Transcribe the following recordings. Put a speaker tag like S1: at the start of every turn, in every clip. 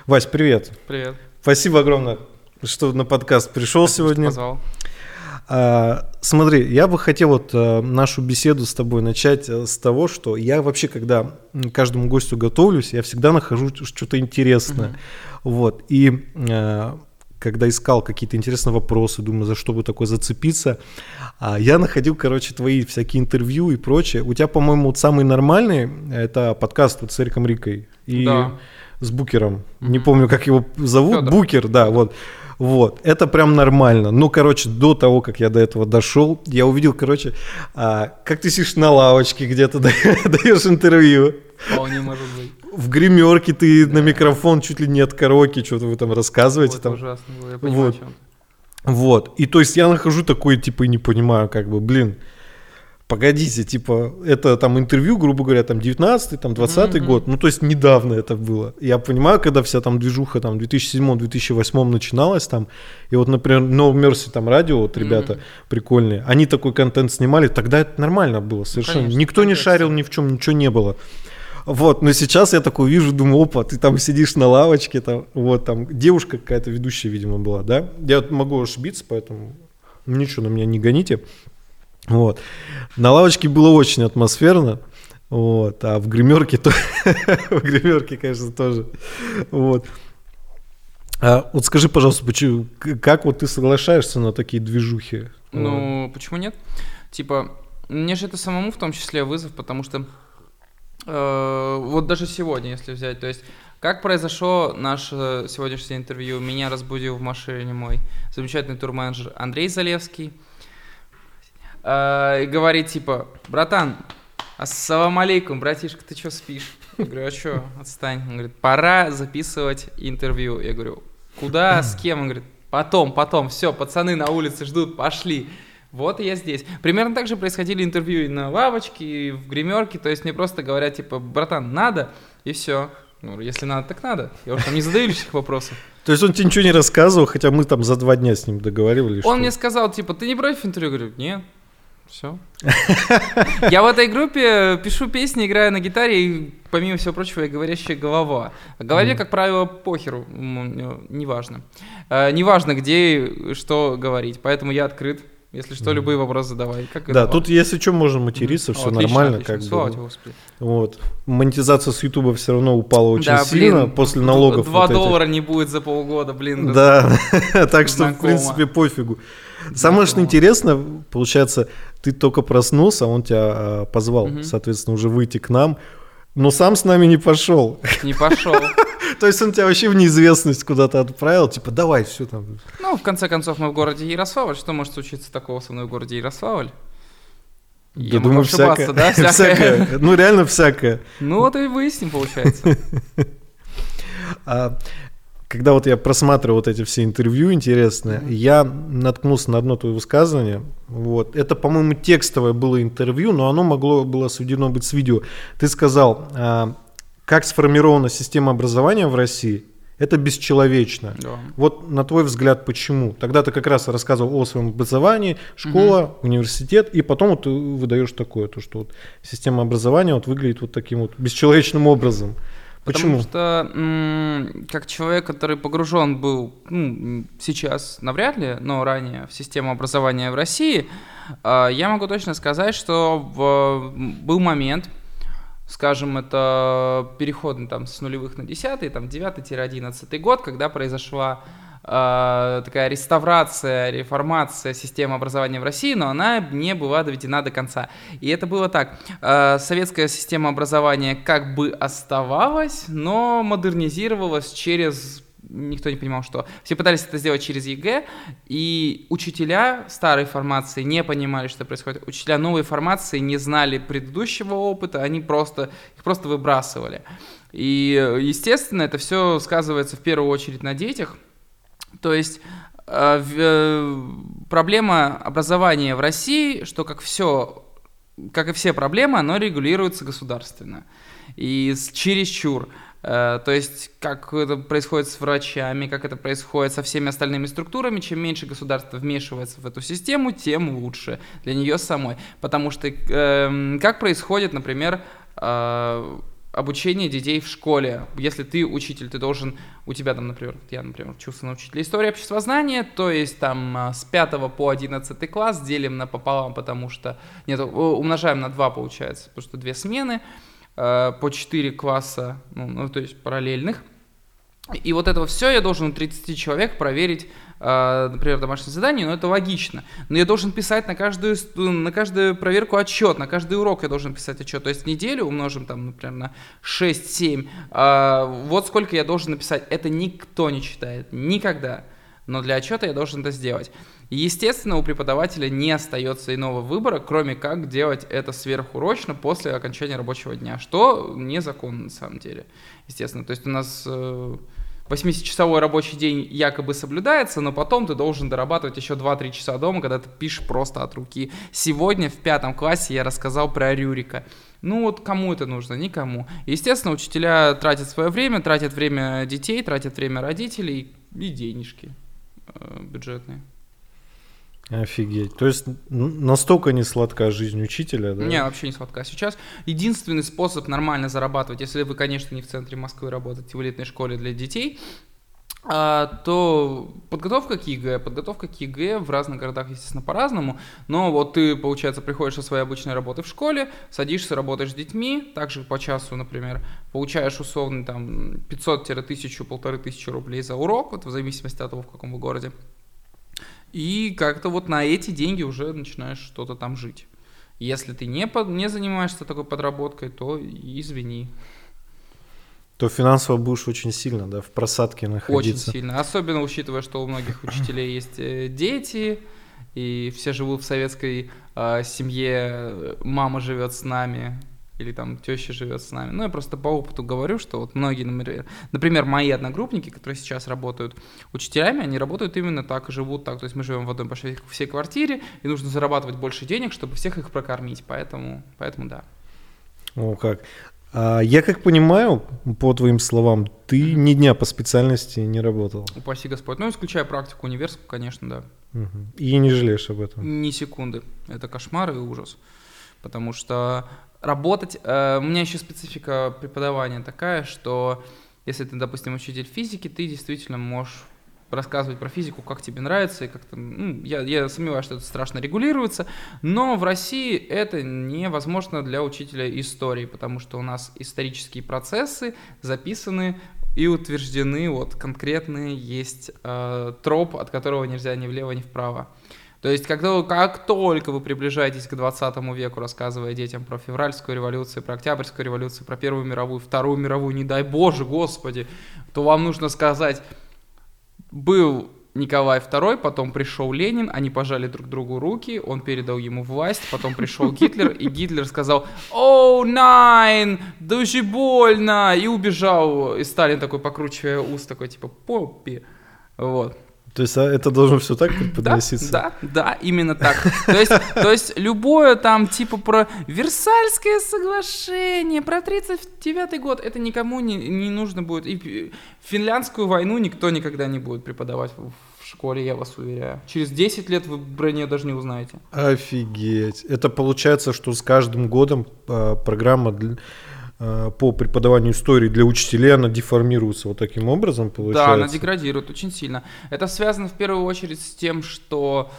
S1: Вась, привет.
S2: Привет.
S1: Спасибо огромное, что на подкаст пришел сегодня.
S2: Что позвал.
S1: Смотри, я бы хотел нашу беседу с тобой начать с того, что я вообще, когда каждому гостю готовлюсь, я всегда нахожу что-то интересное. И когда искал какие-то интересные вопросы, думаю, за что бы такое зацепиться, я находил, твои всякие интервью и прочее. У тебя, по-моему, самый нормальный — это подкаст с Эриком Рикой и с Букером. Не помню, как его зовут.
S2: Фёдор.
S1: Букер, да, вот. Это прям нормально. До того, как я до этого дошел, я увидел, как ты сидишь на лавочке где-то, даешь интервью.
S2: Вполне может быть.
S1: В гримерке ты на микрофон чуть ли не от караоке, что-то вы там рассказываете.
S2: Это
S1: там.
S2: ужасно было, я понимаю, о чем.
S1: И то есть я нахожу такое, и не понимаю, погодите, это там интервью, грубо говоря, там 19-й, там 20-й год, то есть недавно это было. Я понимаю, когда вся там движуха там в 2007-2008 начиналась там, и например, No Mercy там радио, ребята прикольные, они такой контент снимали, тогда это нормально было совершенно.
S2: Конечно,
S1: никто не шарил ни в чем, ничего не было. Но сейчас я такой вижу, думаю, опа, ты там сидишь на лавочке, там девушка какая-то ведущая, видимо, была, да? Я могу ошибиться, поэтому ничего, на меня не гоните. На лавочке было очень атмосферно, а в гримерке, конечно, тоже. Скажи, пожалуйста, как ты соглашаешься на такие движухи?
S2: Почему нет? Мне же это самому в том числе вызов, потому что даже сегодня, если взять, то есть как произошло наше сегодняшнее интервью, меня разбудил в машине мой замечательный турменеджер Андрей Залевский, и говорит братан, ассалам алейкум, братишка, ты что спишь? Я говорю, а что, отстань. Он говорит, пора записывать интервью. Я говорю, куда, с кем? Он говорит, потом, все, пацаны на улице ждут, пошли. Вот и я здесь. Примерно так же происходили интервью и на лавочке, и в гримерке. То есть мне просто говорят, братан, надо, и все. Если надо, так надо. Я уже там не задаю лишних вопросов.
S1: То есть он тебе ничего не рассказывал, хотя мы там за 2 дня с ним договаривались?
S2: Он мне сказал, ты не против интервью? Я говорю, нет. Все. Я в этой группе пишу песни, играю на гитаре, и, помимо всего прочего, я говорящая голова. А голове, как правило, похеру, неважно. Неважно, где и что говорить, поэтому я открыт. Если что, любые вопросы задавай.
S1: Тут, если что, можно материться, все нормально.
S2: Отлично. Слава тебе,
S1: Господи. Монетизация с Ютуба все равно упала очень сильно после налогов.
S2: $2 не будет за полгода, блин.
S1: Да, так что, в принципе, пофигу. Самое, что интересно, получается, ты только проснулся, он тебя позвал, соответственно, уже выйти к нам, но сам с нами не пошел.
S2: Не пошел.
S1: То есть он тебя вообще в неизвестность куда-то отправил, давай, все там.
S2: В конце концов, мы в городе Ярославль. Что может случиться такого со мной в городе Ярославль?
S1: Я думаю, всякое. Да? Всякое. Реально всякое.
S2: И выясним, получается.
S1: Когда я просматривал эти все интервью интересные, я наткнулся на одно твое высказывание. Это, по-моему, текстовое было интервью, но оно могло было сведено быть с видео. Ты сказал, как сформирована система образования в России, это бесчеловечно. Да. На твой взгляд, почему? Тогда ты как раз рассказывал о своем образовании, школа, университет, и потом ты выдаешь такое, что система образования выглядит таким бесчеловечным образом. Почему?
S2: Потому что как человек, который погружен был, сейчас навряд ли, но ранее в систему образования в России, я могу точно сказать, что был момент, скажем, это переход с нулевых на 10-й, 9-11 год, когда произошла такая реставрация, реформация системы образования в России, но она не была доведена до конца. И это было так. Советская система образования как бы оставалась, но модернизировалась через... Никто не понимал, что. Все пытались это сделать через ЕГЭ, и учителя старой формации не понимали, что происходит. Учителя новой формации не знали предыдущего опыта, они их просто выбрасывали. И, естественно, это все сказывается в первую очередь на детях. То есть проблема образования в России, что как и все проблемы, оно регулируется государственно. И чересчур. То есть, как это происходит с врачами, как это происходит со всеми остальными структурами, чем меньше государство вмешивается в эту систему, тем лучше для нее самой. Потому что как происходит, например, обучение детей в школе. Если ты учитель, у тебя там, например, я, учился на учителя истории обществознания, то есть там с 5 по 11 класс делим напополам, потому что, умножаем на 2 получается, потому что 2 смены, по 4 класса, то есть параллельных. И вот это все я должен у 30 человек проверить, например, домашнее задание, но это логично. Но я должен писать на каждую проверку отчет, на каждый урок я должен писать отчет. То есть неделю умножим, там, например, на 6-7. Вот сколько я должен написать. Это никто не читает, никогда. Но для отчета я должен это сделать. И, естественно, у преподавателя не остается иного выбора, кроме как делать это сверхурочно после окончания рабочего дня, что незаконно на самом деле, естественно. То есть у нас 80-часовой рабочий день якобы соблюдается, но потом ты должен дорабатывать еще 2-3 часа дома, когда ты пишешь просто от руки. Сегодня в 5 классе я рассказал про Рюрика. Кому это нужно? Никому. Естественно, учителя тратят свое время, тратят время детей, тратят время родителей и денежки бюджетные.
S1: Офигеть. То есть настолько не сладка жизнь учителя, да?
S2: Не, вообще не сладка. Сейчас единственный способ нормально зарабатывать, если вы, конечно, не в центре Москвы работаете, в элитной школе для детей, то подготовка к ЕГЭ в разных городах, естественно, по-разному, но вот ты, получается, приходишь со своей обычной работы в школе, садишься, работаешь с детьми, также по часу, например, получаешь условно там 500-1000-1500 рублей за урок, вот в зависимости от того, в каком вы городе. И как-то вот на эти деньги уже начинаешь что-то там жить. Если ты не занимаешься такой подработкой, то извини.
S1: То финансово будешь очень сильно, да, в просадке находиться.
S2: Очень сильно. Особенно учитывая, что у многих учителей есть дети, и все живут в советской семье, мама живет с нами, или там теща живет с нами. Я просто по опыту говорю, что вот многие, например, мои одногруппники, которые сейчас работают учителями, они работают именно так и живут так. То есть мы живем в одной почти всей квартире, и нужно зарабатывать больше денег, чтобы всех их прокормить. Поэтому да.
S1: О, как. Я как понимаю, по твоим словам, ты ни дня по специальности не работал.
S2: Упаси Господь. Исключая практику универскую, конечно, да.
S1: И не жалеешь об этом?
S2: Ни секунды. Это кошмар и ужас. Потому что работать... у меня еще специфика преподавания такая, что если ты, допустим, учитель физики, ты действительно можешь рассказывать про физику, как тебе нравится, и как-то... я сомневаюсь, что это страшно регулируется, но в России это невозможно для учителя истории, потому что у нас исторические процессы записаны и утверждены, вот конкретные есть троп, от которого нельзя ни влево, ни вправо. То есть, как только вы приближаетесь к 20 веку, рассказывая детям про февральскую революцию, про октябрьскую революцию, про Первую мировую, Вторую мировую, не дай Боже, Господи, то вам нужно сказать, был Николай II, потом пришел Ленин, они пожали друг другу руки, он передал ему власть, потом пришел Гитлер, и Гитлер сказал «О, найн, дуже больно», и убежал, и Сталин такой, покручивая ус, такой типа «Поппи», вот.
S1: То есть это должно все так преподноситься?
S2: Да, именно так. То есть любое там типа про Версальское соглашение, про 1939 год, это никому не нужно будет. И Финляндскую войну никто никогда не будет преподавать в школе, я вас уверяю. Через 10 лет вы про нее даже не узнаете.
S1: Офигеть. Это получается, что с каждым годом программа по преподаванию истории для учителей, она деформируется вот таким образом, получается?
S2: Да, она деградирует очень сильно. Это связано в первую очередь с тем, что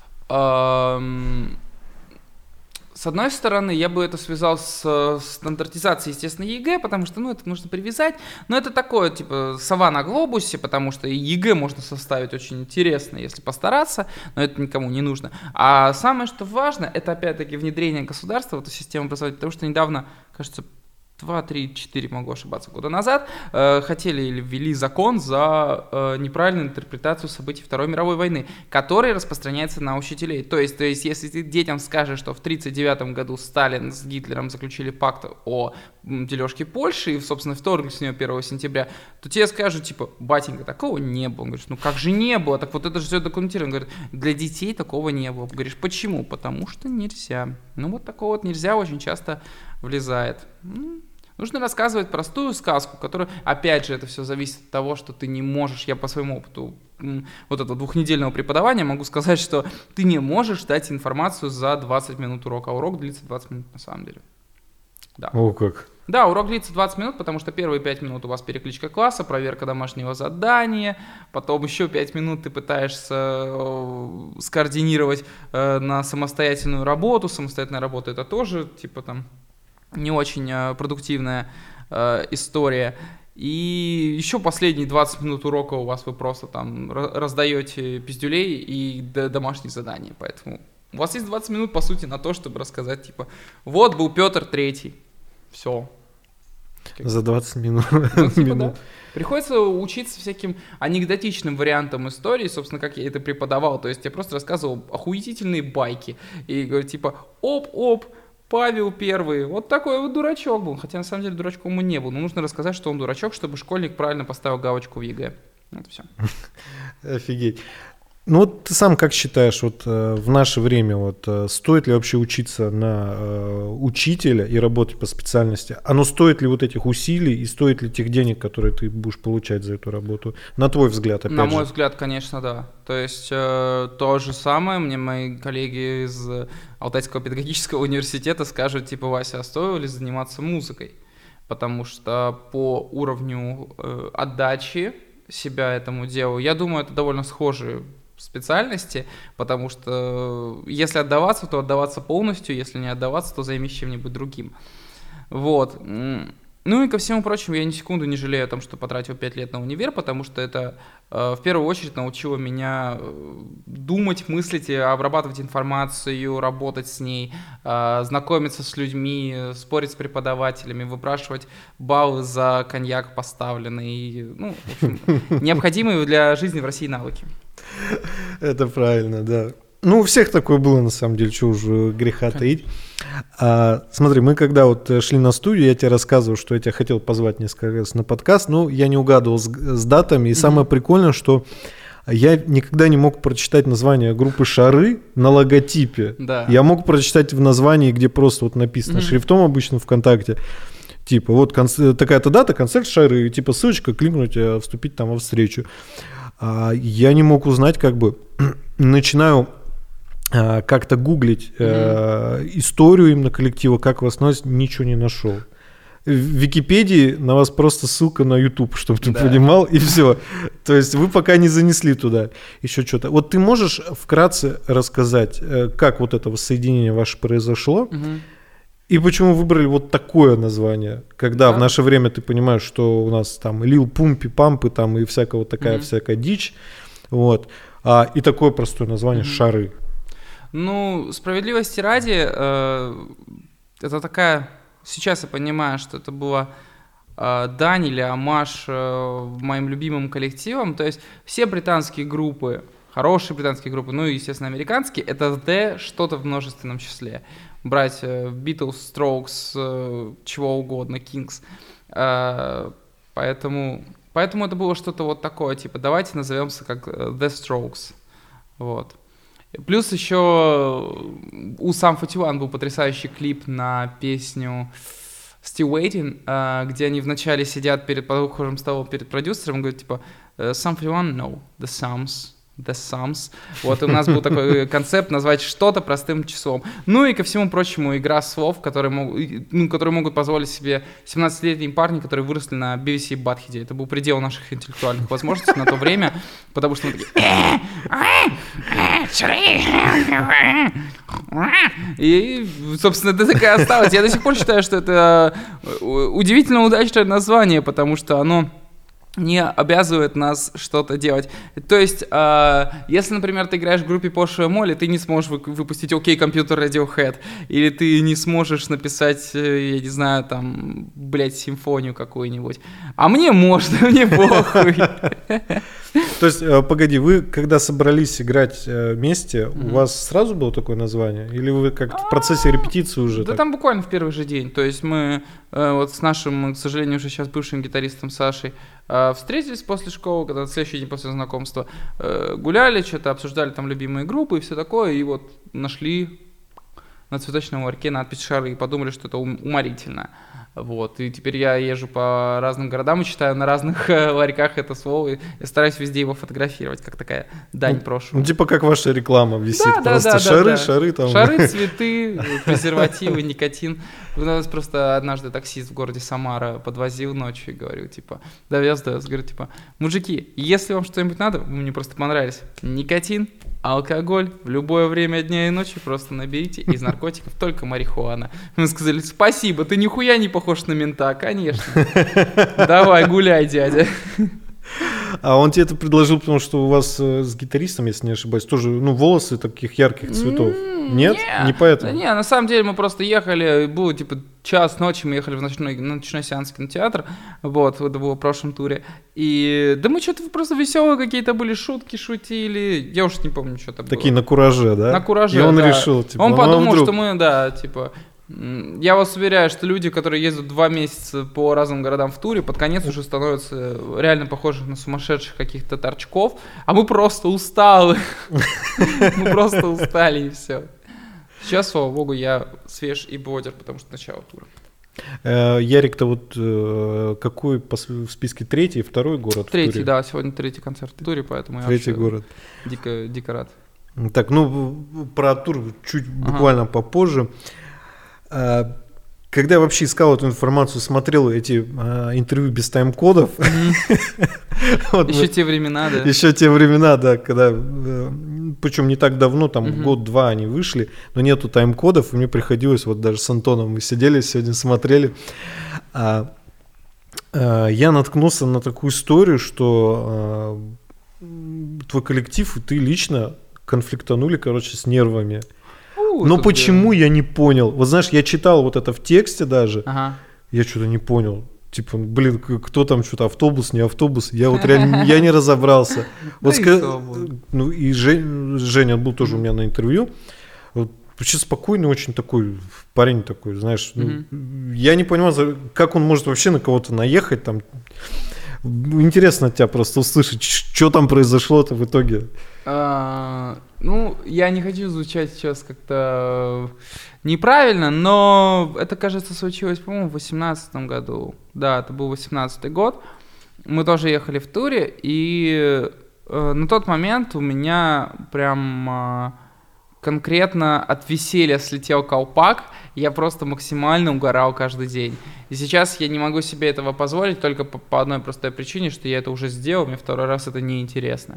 S2: с одной стороны, я бы это связал с стандартизацией, естественно, ЕГЭ, потому что, это нужно привязать, но это такое, типа, сова на глобусе, потому что ЕГЭ можно составить очень интересно, если постараться, но это никому не нужно. А самое, что важно, это, опять-таки, внедрение государства в эту систему образования, потому что недавно, кажется, 2, 3, 4, могу ошибаться, года назад хотели или ввели закон за неправильную интерпретацию событий Второй мировой войны, который распространяется на учителей. То есть если ты детям скажешь, что в 1939 году Сталин с Гитлером заключили пакт о дележке Польши и, собственно, вторглись в нее 1 сентября, то тебе скажут, типа, батенька, такого не было. Он говорит, как же не было? Так вот это же все документировано. Он говорит, для детей такого не было. Говоришь, почему? Потому что нельзя. Вот такого вот нельзя очень часто влезает. Нужно рассказывать простую сказку, которая, опять же, это все зависит от того, что ты не можешь, я по своему опыту вот этого 2-недельного преподавания могу сказать, что ты не можешь дать информацию за 20 минут урока, а урок длится 20 минут на самом деле. Да.
S1: О, как.
S2: Да, урок длится 20 минут, потому что первые 5 минут у вас перекличка класса, проверка домашнего задания, потом еще 5 минут ты пытаешься скоординировать на самостоятельную работу. Самостоятельная работа — это тоже, типа, там, не очень продуктивная история. И еще последние 20 минут урока у вас вы просто там раздаете пиздюлей и домашние задания, поэтому у вас есть 20 минут, по сути, на то, чтобы рассказать, типа, вот был Петр Третий, все.
S1: За 20 минут.
S2: Ну, типа, да. Приходится учиться всяким анекдотичным вариантам истории, собственно, как я это преподавал. То есть я просто рассказывал охуительные байки. И говорю, типа, оп-оп, Павел Первый, вот такой вот дурачок был. Хотя, на самом деле, дурачком он не был. Но нужно рассказать, что он дурачок, чтобы школьник правильно поставил галочку в ЕГЭ. Вот все.
S1: Офигеть. Ну вот ты сам как считаешь, вот в наше время вот стоит ли вообще учиться на учителя и работать по специальности? Оно стоит ли вот этих усилий и стоит ли тех денег, которые ты будешь получать за эту работу? На твой взгляд, опять же.
S2: На мой взгляд, конечно, да. То есть то же самое мне мои коллеги из Алтайского педагогического университета скажут, типа, Вася, а стоило ли заниматься музыкой? Потому что по уровню отдачи себя этому делу, я думаю, это довольно схожие специальности, потому что если отдаваться, то отдаваться полностью, если не отдаваться, то займись чем-нибудь другим. Вот. Ну и ко всему прочему, я ни секунду не жалею о том, что потратил 5 лет на универ, потому что это в первую очередь научило меня думать, мыслить, обрабатывать информацию, работать с ней, знакомиться с людьми, спорить с преподавателями, выпрашивать баллы за коньяк поставленный. Ну, в общем, необходимые для жизни в России навыки.
S1: Это правильно, да. Ну, у всех такое было, на самом деле, что уже греха таить. Смотри, мы когда вот шли на студию, я тебе рассказывал, что я тебя хотел позвать несколько раз на подкаст, но я не угадывал с датами. И самое прикольное, что я никогда не мог прочитать название группы «Шары» на логотипе.
S2: Да.
S1: Я мог прочитать в названии, где просто вот написано шрифтом обычно ВКонтакте. Типа, вот такая-то дата, концерт «Шары», типа ссылочка, кликнуть, вступить там во встречу. Я не мог узнать, как бы, начинаю как-то гуглить историю именно коллектива, как вас носит, ничего не нашел. В Википедии на вас просто ссылка на YouTube, чтобы ты понимал, и все. То есть вы пока не занесли туда еще что-то. Вот ты можешь вкратце рассказать, как вот это воссоединение ваше произошло, и почему выбрали вот такое название, когда в наше время ты понимаешь, что у нас там Лил Пумпи, Пампы там и всякая вот такая всякая дичь, вот, и такое простое название «Шары».
S2: Ну, справедливости ради, это такая, сейчас я понимаю, что это была дань или омаж моим любимым коллективам, то есть все британские группы, хорошие британские группы, ну и, естественно, американские, это «the» что-то в множественном числе. Брать Beatles, Strokes, чего угодно, Kings. Поэтому это было что-то вот такое, типа, давайте назовемся как The Strokes. Вот. Плюс еще у Sum 41 был потрясающий клип на песню Still Waiting, где они вначале сидят перед похожим столом перед продюсером и говорят, типа, Sum 41, no, The Sums. Вот у нас был такой концепт назвать что-то простым числом. Ну и ко всему прочему игра слов, которые могут позволить себе 17-летние парни, которые выросли на BBC и Бадхеде. Это был предел наших интеллектуальных возможностей на то время, потому что мы такие... И, собственно, это такая осталась. Я до сих пор считаю, что это удивительно удачное название, потому что оно не обязывает нас что-то делать. То есть, если, например, ты играешь в группе Porsche Молли, ты не сможешь выпустить OK Computer Radiohead, или ты не сможешь написать, я не знаю, там, блядь, симфонию какую-нибудь. А мне можно, мне похуй.
S1: То есть, погоди, вы когда собрались играть вместе, у вас сразу было такое название? Или вы как-то в процессе репетиции уже?
S2: Да там буквально в первый же день. То есть мы вот с нашим, к сожалению, уже сейчас бывшим гитаристом Сашей встретились после школы, когда на следующий день после знакомства гуляли, что-то обсуждали там любимые группы и все такое, и вот нашли на цветочном ларьке надпись «Шары» и подумали, что это уморительно. Вот, и теперь я езжу по разным городам и читаю на разных ларьках это слово, и я стараюсь везде его фотографировать, как такая дань прошлому.
S1: Ну, типа как ваша реклама висит,
S2: Да,
S1: просто шары там.
S2: Шары, цветы, презервативы, никотин. У нас просто однажды таксист в городе Самара подвозил ночью и говорил, типа, довез, говорит, типа, мужики, если вам что-нибудь надо, вы мне просто понравились, никотин, алкоголь, в любое время дня и ночи просто наберите, из наркотиков только марихуана. Мы сказали, спасибо, ты нихуя не похож на мента, конечно. Давай, гуляй, дядя.
S1: А он тебе это предложил, потому что у вас с гитаристом, если не ошибаюсь, тоже, ну, волосы таких ярких цветов. Нет? Не поэтому?
S2: Да не, на самом деле мы просто ехали, было типа час ночи, мы ехали в ночной сеанс в кинотеатр, вот, это было в прошлом туре, и да мы что-то просто веселые какие-то были, шутки шутили, я уж не помню, что там было.
S1: Такие на кураже, да?
S2: На кураже,
S1: и он
S2: да.
S1: решил, типа,
S2: он подумал,
S1: вдруг...
S2: что мы, да, типа... Я вас уверяю, что люди, которые ездят 2 месяца по разным городам в туре, под конец уже становятся реально похожи на сумасшедших каких-то торчков, а мы просто усталы. Мы просто устали, и все. Сейчас, слава богу, я свеж и бодер, потому что начало тура.
S1: Ярик-то вот какой в списке? Третий, второй город в туре?
S2: Третий, да, сегодня третий концерт в туре, поэтому я
S1: третий город.
S2: Дико рад.
S1: Так, ну, про тур чуть буквально попозже. Когда я вообще искал эту информацию, смотрел эти интервью без тайм-кодов.
S2: Еще те времена, да.
S1: Еще те времена, да, когда, причем не так давно, там год-два они вышли, но нету тайм-кодов, и мне приходилось, вот даже с Антоном мы сидели сегодня, смотрели. Я наткнулся на такую историю, что твой коллектив и ты лично конфликтанули, короче, с нервами. Но почему, я не понял. Вот знаешь, я читал вот это в тексте даже, я что-то не понял. Типа, блин, кто там что-то, автобус, не автобус. Я вот реально, я не разобрался. Вот ну и Женя был тоже у меня на интервью. Вообще спокойный, очень такой парень такой, знаешь. Я не понимал, как он может вообще на кого-то наехать там. Интересно от тебя просто услышать, что там произошло-то в итоге.
S2: Ну, я не хочу звучать сейчас как-то неправильно, но это, кажется, случилось, по-моему, в 2018 году. Да, это был 2018 год. Мы тоже ехали в туре, и на тот момент у меня прям конкретно от веселья слетел колпак. Я просто максимально угорал каждый день. И сейчас я не могу себе этого позволить только по одной простой причине, что я это уже сделал, мне второй раз это неинтересно.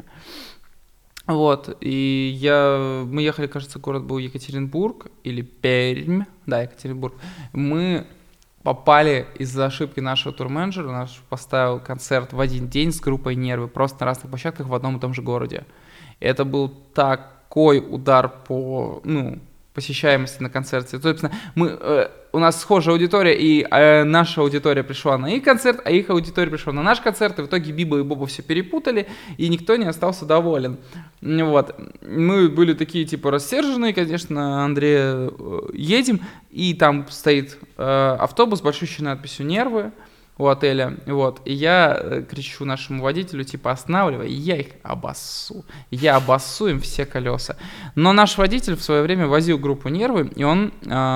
S2: Вот, и мы ехали, кажется, город был Екатеринбург или Пермь, да, Екатеринбург. Мы попали из-за ошибки нашего турменеджера, наш поставил концерт в один день с группой «Нервы», просто на разных площадках в одном и том же городе. И это был такой удар по, посещаемости на концерте. Собственно, у нас схожая аудитория, и наша аудитория пришла на их концерт, а их аудитория пришла на наш концерт, и в итоге Биба и Боба все перепутали, и никто не остался доволен. Вот. Мы были такие, типа, рассерженные, конечно, Андрей, едем, и там стоит автобус с большущей надписью «Нервы» у отеля, вот, и я кричу нашему водителю, типа, останавливай, и я их обоссу, я обоссу им все колеса. Но наш водитель в свое время возил группу «Нервы», и он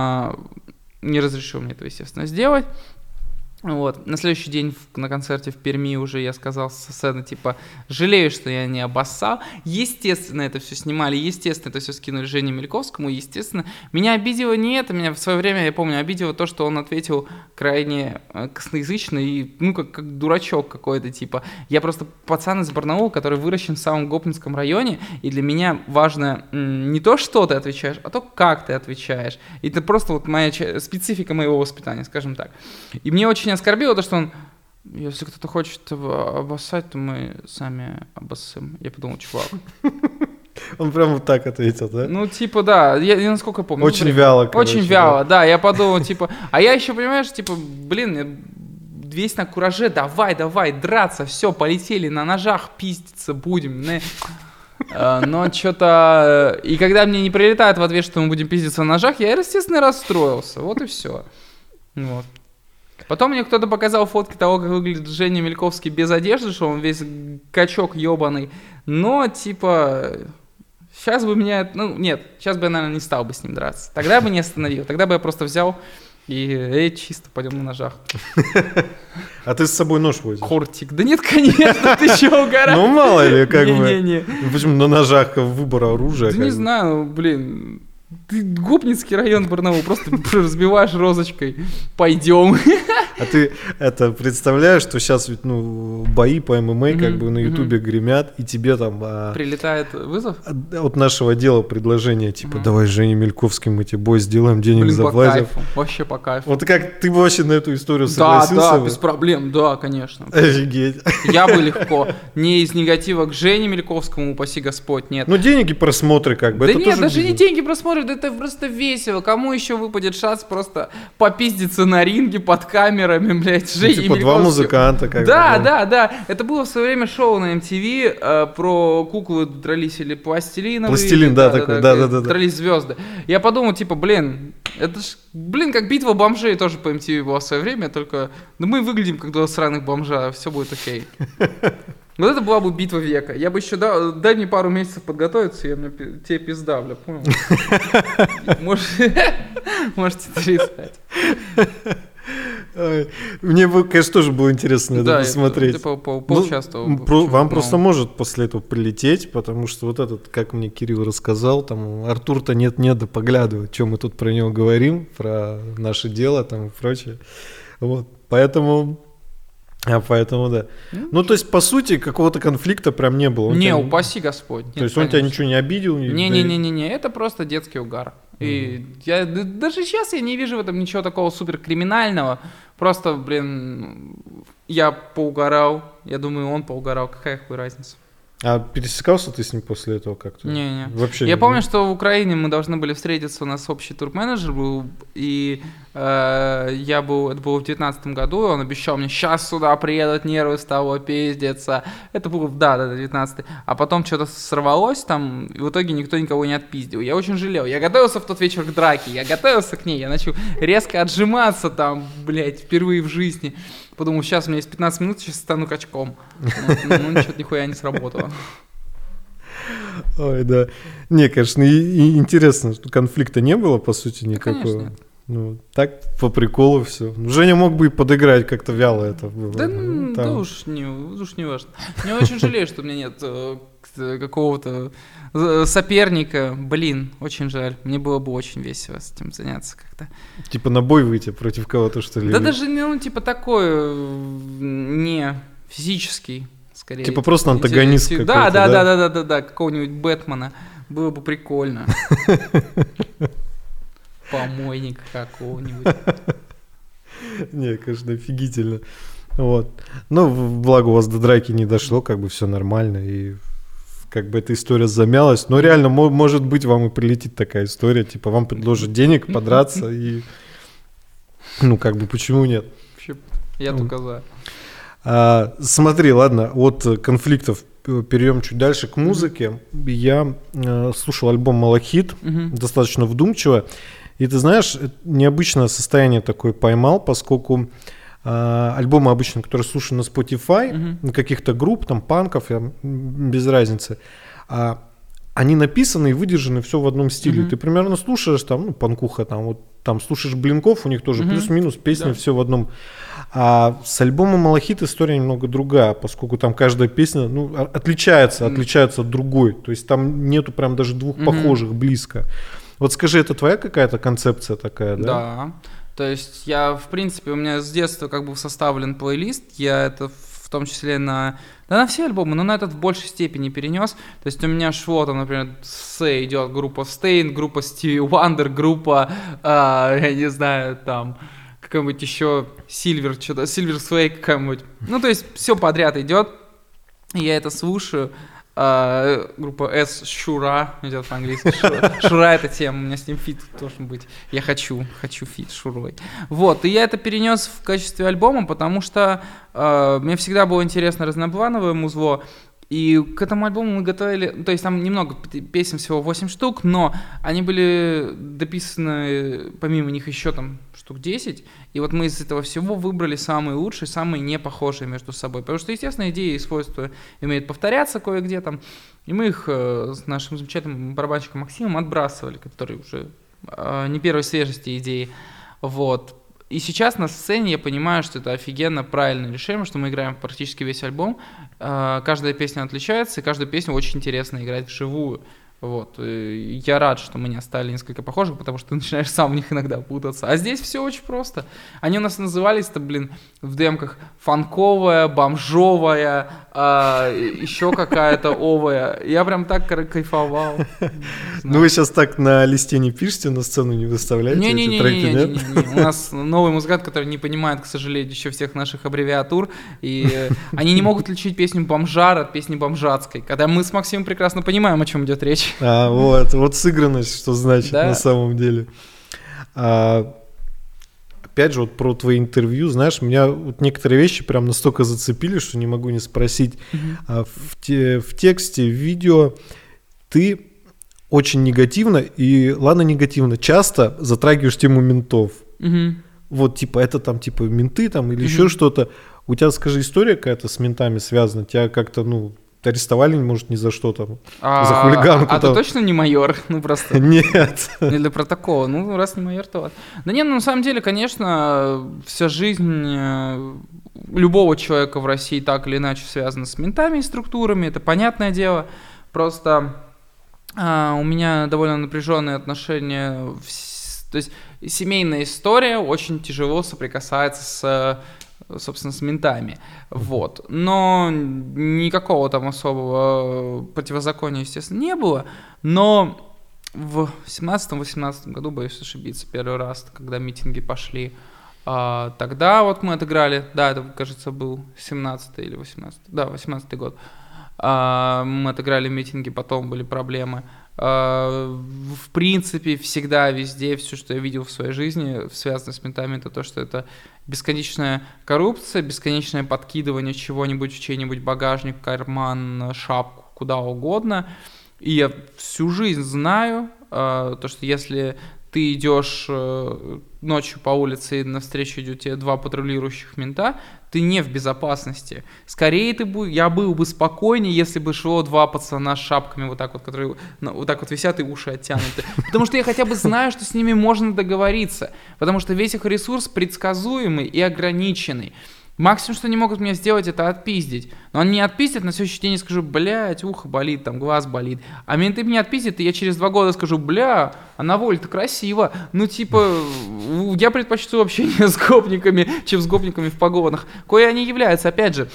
S2: не разрешил мне это, естественно, сделать. Вот. На следующий день на концерте в Перми уже я сказал со сцены, типа, жалею, что я не обоссал. Естественно, это все снимали, естественно, это все скинули Жене Мельковскому, естественно. Меня обидело не это, меня в свое время, я помню, обидело то, что он ответил крайне косноязычно и, как дурачок какой-то, типа. Я просто пацан из Барнаула, который выращен в самом Гопнинском районе, и для меня важно не то, что ты отвечаешь, а то, как ты отвечаешь. И это просто вот специфика моего воспитания, скажем так. И мне очень оскорбило то, что он, если кто-то хочет обоссать, то мы сами обоссым. Я подумал, чувак.
S1: Он прям вот так ответил, да?
S2: Ну, типа, да, я насколько помню.
S1: Очень вяло, короче.
S2: Очень вяло, да, я подумал, типа, а я еще, понимаешь, типа, блин, весь на кураже, давай, драться, все, полетели, на ножах пиздиться будем, но что-то... И когда мне не прилетает в ответ, что мы будем пиздиться на ножах, я, естественно, расстроился, вот и все. Вот. Потом мне кто-то показал фотки того, как выглядит Женя Мельковский без одежды, что он весь качок ебаный. Но, типа, Сейчас бы меня... Ну, нет, сейчас бы я, наверное, не стал бы с ним драться. Тогда я бы не остановил. Тогда бы я просто взял и чисто пойдем на ножах.
S1: А ты с собой нож возишь?
S2: Хортик. Да нет, конечно, ты чего угораешь?
S1: Ну, мало ли, как бы.
S2: Не-не-не.
S1: Почему на ножах выбор оружия?
S2: Да не знаю, блин. Ты Гопницкий район Барнаул просто разбиваешь розочкой. Пойдем.
S1: А ты это представляешь, что сейчас ведь бои по ММА как бы на Ютубе гремят, и тебе там
S2: прилетает вызов?
S1: От нашего отдела предложение, типа, давай с Женей Мельковским мы тебе бой сделаем, денег заплатим.
S2: По кайфу, вообще по кайфу.
S1: Вот как ты вообще на эту историю согласился?
S2: Да, без проблем, да, конечно.
S1: Офигеть.
S2: Я бы легко. Не из негатива к Жене Мельковскому, упаси Господь, нет.
S1: Ну, деньги, просмотры как бы.
S2: Да
S1: это
S2: нет,
S1: тоже
S2: даже
S1: бизнес.
S2: не деньги просмотров, да это просто весело. Кому еще выпадет шанс просто попиздиться на ринге под камерами, блядь, Женя
S1: Типа два музыканта как бы.
S2: Да. Это было в свое время шоу на MTV про куклы дрались или пластилиновые.
S1: Пластилин, да, такой, да.
S2: Дрались звезды. Я подумал, типа, блин, это ж, как битва бомжей тоже по MTV была в свое время, только мы выглядим как два сраных бомжа, все будет окей. Вот это была бы битва века. Я бы еще дай мне пару месяцев подготовиться, я тебе пизда, бля, понял? Можете трясать.
S1: Мне бы, конечно, тоже было интересно это посмотреть.
S2: Да, полчаса.
S1: Вам просто может после этого прилететь, потому что вот этот, как мне Кирилл рассказал, там Артур-то нет-нет да поглядывает, что мы тут про него говорим, про наше дело там и прочее. Вот, поэтому да. Ну, то есть, по сути, какого-то конфликта прям не было.
S2: Упаси Господь. Нет,
S1: то есть, он тебя ничего не обидел?
S2: Не, это просто детский угар. И даже сейчас я не вижу в этом ничего такого супер криминального. Просто, блин, я поугарал, я думаю, он поугарал, какая хуй разница.
S1: А пересекался ты с ним после этого как-то?
S2: Не.
S1: Вообще
S2: я помню, что в Украине мы должны были встретиться, у нас общий турменеджер был, и это было в 2019 году, и он обещал мне, сейчас сюда приедут, нервы с того пиздятся. Это было, да, 19-й. А потом что-то сорвалось там, и в итоге никто никого не отпиздил. Я очень жалел. Я готовился в тот вечер к драке, я готовился к ней, я начал резко отжиматься там, блядь, впервые в жизни. Подумал, сейчас у меня есть 15 минут, сейчас стану качком. Ну, что-то нихуя не сработало.
S1: Ой, да. Не, конечно, и интересно, что конфликта не было, по сути, никакого.
S2: Конечно, нет.
S1: Ну, так, по приколу все. Женя мог бы и подыграть, как-то вяло это было.
S2: Да уж не важно. Я очень жалею, что у меня нет какого-то соперника. Блин, очень жаль. Мне было бы очень весело с этим заняться как-то.
S1: Типа на бой выйти против кого-то, что ли?
S2: Да даже, такой не физический, скорее.
S1: Типа просто антагонист какой-то,
S2: да, какого-нибудь Бэтмена. Было бы прикольно. Помойник какого-нибудь.
S1: Не, конечно, офигительно. Вот. Но благо у вас до драки не дошло, как бы все нормально, и как бы эта история замялась. Но реально, может быть, вам и прилетит такая история, типа вам предложат денег подраться, и как бы почему нет?
S2: Я только за.
S1: Смотри, ладно, от конфликтов перейдем чуть дальше к музыке. Я слушал альбом «Малахит», достаточно вдумчиво. И ты знаешь, необычное состояние такое поймал, поскольку альбомы обычно, которые слушаю на Spotify, на каких-то групп, там, панков, без разницы, они написаны и выдержаны все в одном стиле. Ты примерно слушаешь, там, панкуха, там слушаешь Блинков, у них тоже плюс-минус песни, все в одном. А с альбомом «Малахит» история немного другая, поскольку там каждая песня отличается от другой. То есть там нету прям даже двух похожих близко. Вот скажи, это твоя какая-то концепция такая, да?
S2: Да. То есть в принципе, у меня с детства как бы составлен плейлист, я это в том числе на все альбомы, но на этот в большей степени перенес. То есть у меня шло там, например, идет группа Staind, группа Stevie Wonder, группа, я не знаю, там, какой-нибудь еще Silver Sway какая-нибудь. Ну, то есть все подряд идет, я это слушаю. Группа S Шура идет по-английски. Шура это тема, у меня с ним фит должен быть. Я хочу фит с Шурой. Вот, и я это перенес в качестве альбома, потому что мне всегда было интересно разноплановое музло. И к этому альбому мы готовили, то есть там немного песен, всего 8 штук, но они были дописаны, помимо них еще там штук 10, и вот мы из этого всего выбрали самые лучшие, самые не похожие между собой, потому что, естественно, идеи и свойства имеют повторяться кое-где там, и мы их с нашим замечательным барабанщиком Максимом отбрасывали, который уже не первой свежести идеи, вот. И сейчас на сцене я понимаю, что это офигенно правильное решение, что мы играем практически весь альбом. Каждая песня отличается, и каждую песню очень интересно играть вживую. Вот. И я рад, что мы не стали несколько похожих, потому что ты начинаешь сам в них иногда путаться. А здесь все очень просто. Они у нас назывались-то, в демках фанковая, бомжовая, еще какая-то овая. Я прям так кайфовал.
S1: Ну вы сейчас так на листе не пишете, на сцену не выставляете эти треки, нет?
S2: Не. У нас новый музыкант, который не понимает, к сожалению, еще всех наших аббревиатур, и они не могут отличить песню «Бомжар» от песни «Бомжатской», когда мы с Максимом прекрасно понимаем, о чем идет речь.
S1: Вот сыгранность, что значит на самом деле. Опять же, вот про твои интервью, знаешь, меня вот некоторые вещи прям настолько зацепили, что не могу не спросить. В тексте, в видео ты очень негативно, и ладно негативно, часто затрагиваешь тему ментов. Вот, типа, это там, типа, менты там или еще что-то. У тебя, скажи, история какая-то с ментами связана? Тебя как-то, арестовали, может, ни за что там, за хулиганку.
S2: А ты точно не майор? Ну, просто.
S1: Нет.
S2: Или протокол. Ну, раз не майор, то ладно. Да нет, на самом деле, конечно, вся жизнь любого человека в России так или иначе связана с ментами и структурами, это понятное дело. Просто у меня довольно напряженные отношения, то есть семейная история очень тяжело соприкасается собственно, с ментами, вот. Но никакого там особого противозакония, естественно, не было, но в 17-18 году, боюсь ошибиться, первый раз, когда митинги пошли, тогда вот мы отыграли, да, это, кажется, был 17-й или 18-й, да, 18-й год, мы отыграли митинги, потом были проблемы. В принципе, всегда, везде, все, что я видел в своей жизни, связано с ментами, это то, что это бесконечная коррупция, бесконечное подкидывание чего-нибудь в чей-нибудь багажник, карман, шапку, куда угодно. И я всю жизнь знаю, то, что если ты идешь ночью по улице, и навстречу идут тебе два патрулирующих мента, ты не в безопасности. Скорее я был бы спокойнее, если бы шло два пацана с шапками вот так вот, которые вот так вот висят и уши оттянуты. Потому что я хотя бы знаю, что с ними можно договориться. Потому что весь их ресурс предсказуемый и ограниченный. Максимум, что они могут мне сделать, это отпиздить. Но они не отпиздят, на следующий день я скажу, блядь, ухо болит, там, глаз болит. А менты меня отпиздят, и я через 2 года скажу, бля, а на воле-то красиво. Ну, типа, я предпочту общение с гопниками, чем с гопниками в погонах. Кое они являются, опять же,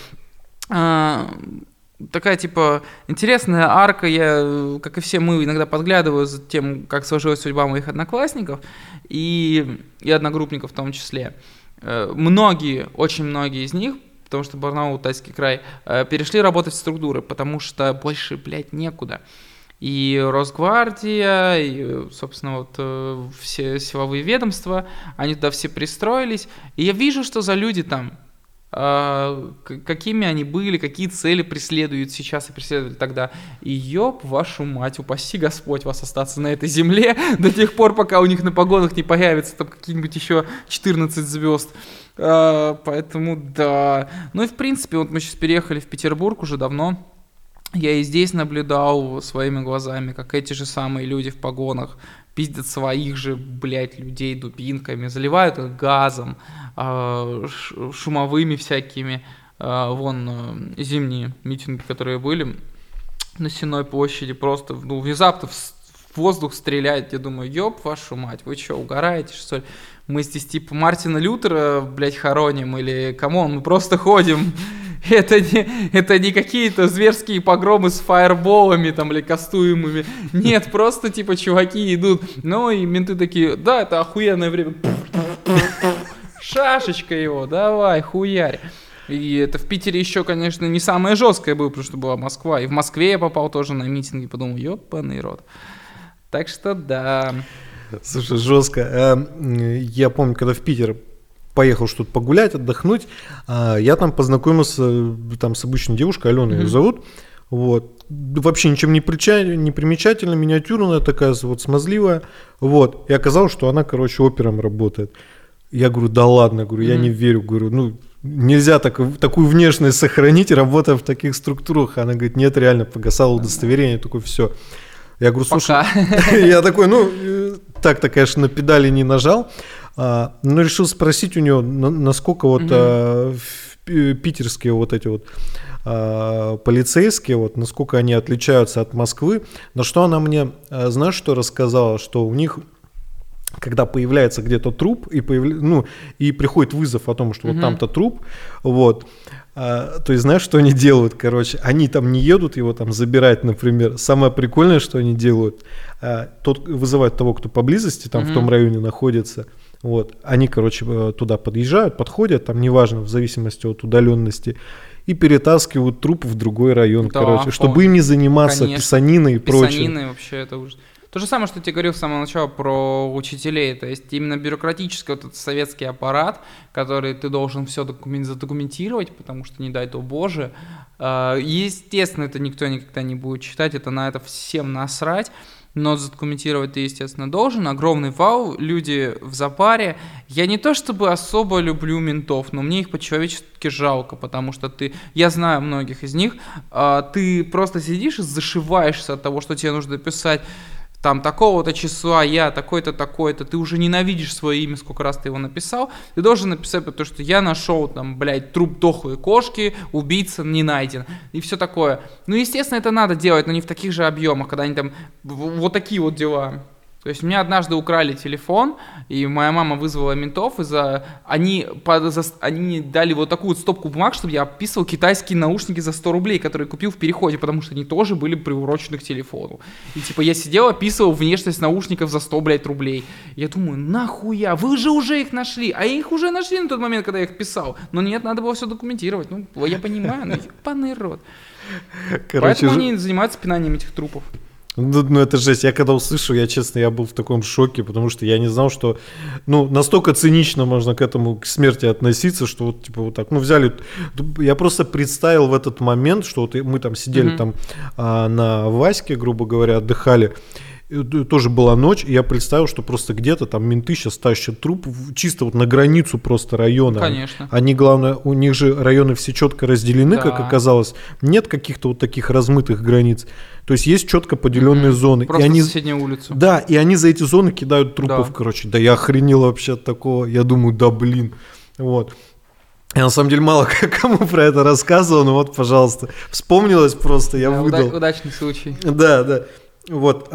S2: такая, типа, интересная арка. Я, как и все мы, иногда подглядываю за тем, как сложилась судьба моих одноклассников и одногруппников в том числе. Многие, очень многие из них, потому что Барнаул, Тайский край, перешли работать в структуры, потому что больше, блядь, некуда. И Росгвардия, и, собственно, вот все силовые ведомства, они туда все пристроились. И я вижу, что за люди там, какими они были, какие цели преследуют сейчас и преследовали тогда. И ёб вашу мать, упаси Господь вас остаться на этой земле до тех пор, пока у них на погонах не появится там какие-нибудь еще 14 звезд. Поэтому да. Ну и в принципе, вот мы сейчас переехали в Петербург уже давно. Я и здесь наблюдал своими глазами, как эти же самые люди в погонах пиздят своих же, блядь, людей дубинками, заливают их газом, шумовыми всякими. Вон зимние митинги, которые были на Сенной площади, просто внезапно в воздух стреляют. Я думаю, ёб вашу мать, вы что, угораете, что ли? Мы здесь типа Мартина Лютера, блядь, хороним или камон, мы просто ходим. Это не какие-то зверские погромы с фаерболами там или кастуемыми. Нет, просто типа чуваки идут. Ну и менты такие, да, это охуенное время. Шашечка его, давай, хуярь. И это в Питере еще, конечно, не самое жесткое было, потому что была Москва. И в Москве я попал тоже на митинги, подумал, ёбаный рот. Так что да.
S1: Слушай, жестко. Я помню, когда в Питер поехал что-то погулять, отдохнуть, я там познакомился там с обычной девушкой, Аленой ее зовут, Вот. Вообще ничем не примечательно, миниатюрная такая вот смазливая. Вот. И оказалось, что она, короче, опером работает. Я говорю, да ладно, говорю, я не верю, говорю, ну, нельзя такую внешность сохранить, работая в таких структурах. Она говорит, нет, реально, погасало удостоверение, такой, все. Я говорю, слушай, я такой, ну, так-то, конечно, на педали не нажал, но решил спросить у нее, насколько вот питерские вот эти вот полицейские, вот, насколько они отличаются от Москвы. На что она мне, знаешь, что рассказала, что у них... Когда появляется где-то труп и приходит вызов о том, что вот там-то труп, вот, то есть знаешь, что они делают, короче, они там не едут его там забирать, например. Самое прикольное, что они делают, вызывают того, кто поблизости там в том районе находится, вот, они, короче, туда подъезжают, подходят, там неважно, в зависимости от удаленности, и перетаскивают труп в другой район, да, короче, чтобы им не заниматься, конечно, писаниной и прочим.
S2: Писаниной вообще это уже... То же самое, что я тебе говорил с самого начала про учителей, то есть именно бюрократический вот этот советский аппарат, который ты должен все задокументировать, потому что не дай то Боже. Естественно, это никто никогда не будет читать, это на это всем насрать, но задокументировать ты, естественно, должен. Огромный вау, люди в запаре. Я не то чтобы особо люблю ментов, но мне их по-человечески жалко, потому что я знаю многих из них, ты просто сидишь и зашиваешься от того, что тебе нужно писать. Там такого-то числа, я такой-то, такой-то, ты уже ненавидишь свое имя, сколько раз ты его написал, ты должен написать, потому что я нашел там, блядь, труп дохлой кошки, убийца не найден, и все такое. Ну, естественно, это надо делать, но не в таких же объемах, когда они там, вот такие вот дела. То есть у меня однажды украли телефон, и моя мама вызвала ментов, они дали вот такую вот стопку бумаг, чтобы я описывал китайские наушники за 100 рублей, которые купил в Переходе, потому что они тоже были приурочены к телефону. И типа я сидел, описывал внешность наушников за 100, блядь, рублей. Я думаю, нахуя, вы же уже их нашли, а их уже нашли на тот момент, когда я их писал. Но нет, надо было все документировать. Ну, я понимаю, ну ебаный рот. Поэтому они занимаются пинанием этих трупов.
S1: Ну, это жесть. Я когда услышал, я был в таком шоке, потому что я не знал, что, настолько цинично можно к смерти относиться, что вот, типа, вот так, взяли. Я просто представил в этот момент, что вот мы там сидели там на Ваське, грубо говоря, отдыхали. Тоже была ночь, и я представил, что просто где-то там менты сейчас тащат труп чисто вот на границу просто района.
S2: Конечно.
S1: Они, главное, у них же районы все четко разделены, как оказалось. Нет каких-то вот таких размытых границ. То есть есть четко поделенные зоны.
S2: Просто
S1: и они,
S2: соседнюю улицу.
S1: Да, и они за эти зоны кидают трупов, короче. Да я охренел вообще от такого. Я думаю, да блин. Вот. Я на самом деле мало кому про это рассказывал, но вот, пожалуйста, вспомнилось просто, я выдал.
S2: Удачный случай.
S1: Да. Вот.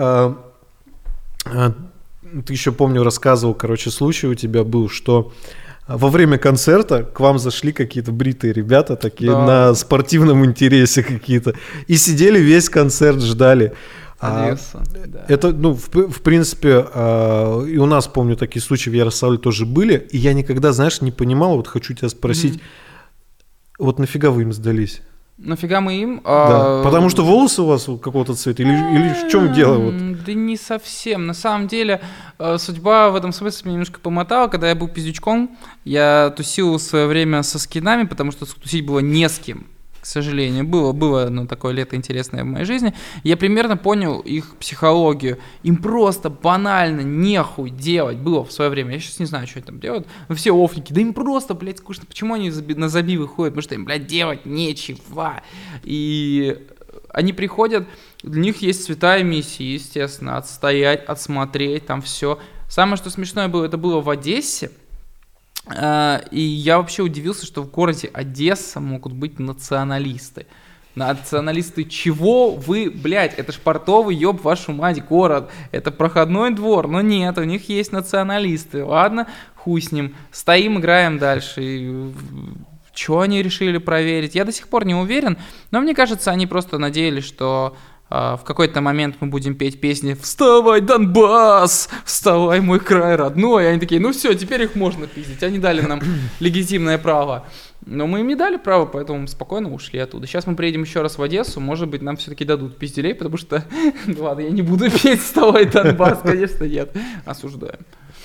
S1: Ты еще, помню, рассказывал, случай у тебя был, что во время концерта к вам зашли какие-то бритые ребята такие на спортивном интересе какие-то и сидели весь концерт, ждали.
S2: Одесса, да.
S1: Это, в принципе, и у нас, помню, такие случаи в Ярославле тоже были, и я никогда, знаешь, не понимал, вот хочу тебя спросить, вот нафига вы им сдались?
S2: Нафига мы им?
S1: Да. Потому что волосы у вас какого-то цвета? Или в чем дело? Вот?
S2: Да не совсем. На самом деле, судьба в этом смысле меня немножко помотала. Когда я был пиздючком, я тусил в свое время со скинами, потому что тусить было не с кем. К сожалению, было такое лето интересное в моей жизни. Я примерно понял их психологию. Им просто банально нехуй делать было в свое время. Я сейчас не знаю, что они там делают. Все офники, да им просто, блядь, скучно. Почему они на забивы ходят? Потому что им, блядь, делать нечего. И они приходят, для них есть святая миссия, естественно, отстоять, отсмотреть, там все. Самое, что смешное было, это было в Одессе. И я вообще удивился, что в городе Одесса могут быть националисты. Националисты чего? Вы, блядь, это ж портовый, ёб вашу мать, город. Это проходной двор. Но нет, у них есть националисты. Ладно, хуй с ним. Стоим, играем дальше. И что они решили проверить? Я до сих пор не уверен. Но мне кажется, они просто надеялись, что в какой-то момент мы будем петь песни «Вставай, Донбасс! Вставай, мой край родной!» И они такие, ну все, теперь их можно пиздить. Они дали нам легитимное право. Но мы им не дали право, поэтому спокойно ушли оттуда. Сейчас мы приедем еще раз в Одессу, может быть, нам все-таки дадут пизделей, потому что, ладно, я не буду петь «Вставай, Донбасс», конечно, нет. Осуждаем.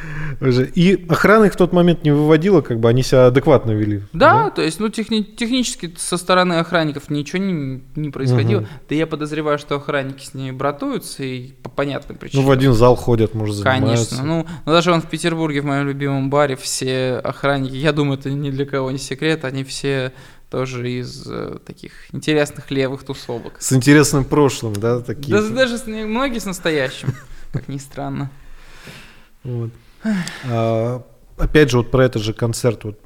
S1: И охрана их в тот момент не выводила, как бы они себя адекватно вели.
S2: Да, то есть, технически со стороны охранников ничего не происходило. Да я подозреваю, что охранники с ней братуются и по понятным причинам.
S1: В один зал ходят, может, занимаются.
S2: Конечно. Но даже в Петербурге, в моем любимом баре, все охранники, я думаю, это ни для кого не секрет, они все тоже из таких интересных левых тусовок.
S1: С интересным прошлым, да, такие.
S2: Да, даже многие с настоящим, как ни странно.
S1: Вот. Опять же, вот про этот же концерт. Вот,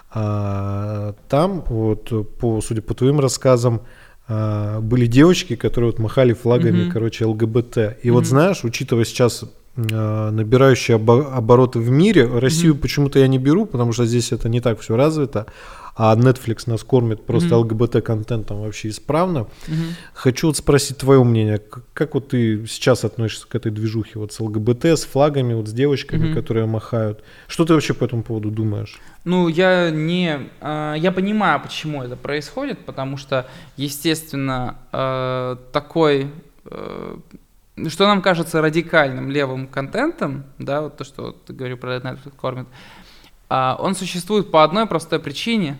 S1: там, вот, судя по твоим рассказам, были девочки, которые вот махали флагами, короче, ЛГБТ. И вот знаешь, учитывая сейчас набирающие обороты в мире, Россию почему-то я не беру, потому что здесь это не так все развито, а Netflix нас кормит просто ЛГБТ-контентом вообще исправно. Хочу вот спросить твое мнение, как вот ты сейчас относишься к этой движухе вот с ЛГБТ, с флагами, вот с девочками, которые махают? Что ты вообще по этому поводу думаешь?
S2: Ну, я понимаю, почему это происходит, потому что, естественно, такой, что нам кажется радикальным левым контентом, да, вот то, что ты говорил про Netflix кормит, он существует по одной простой причине.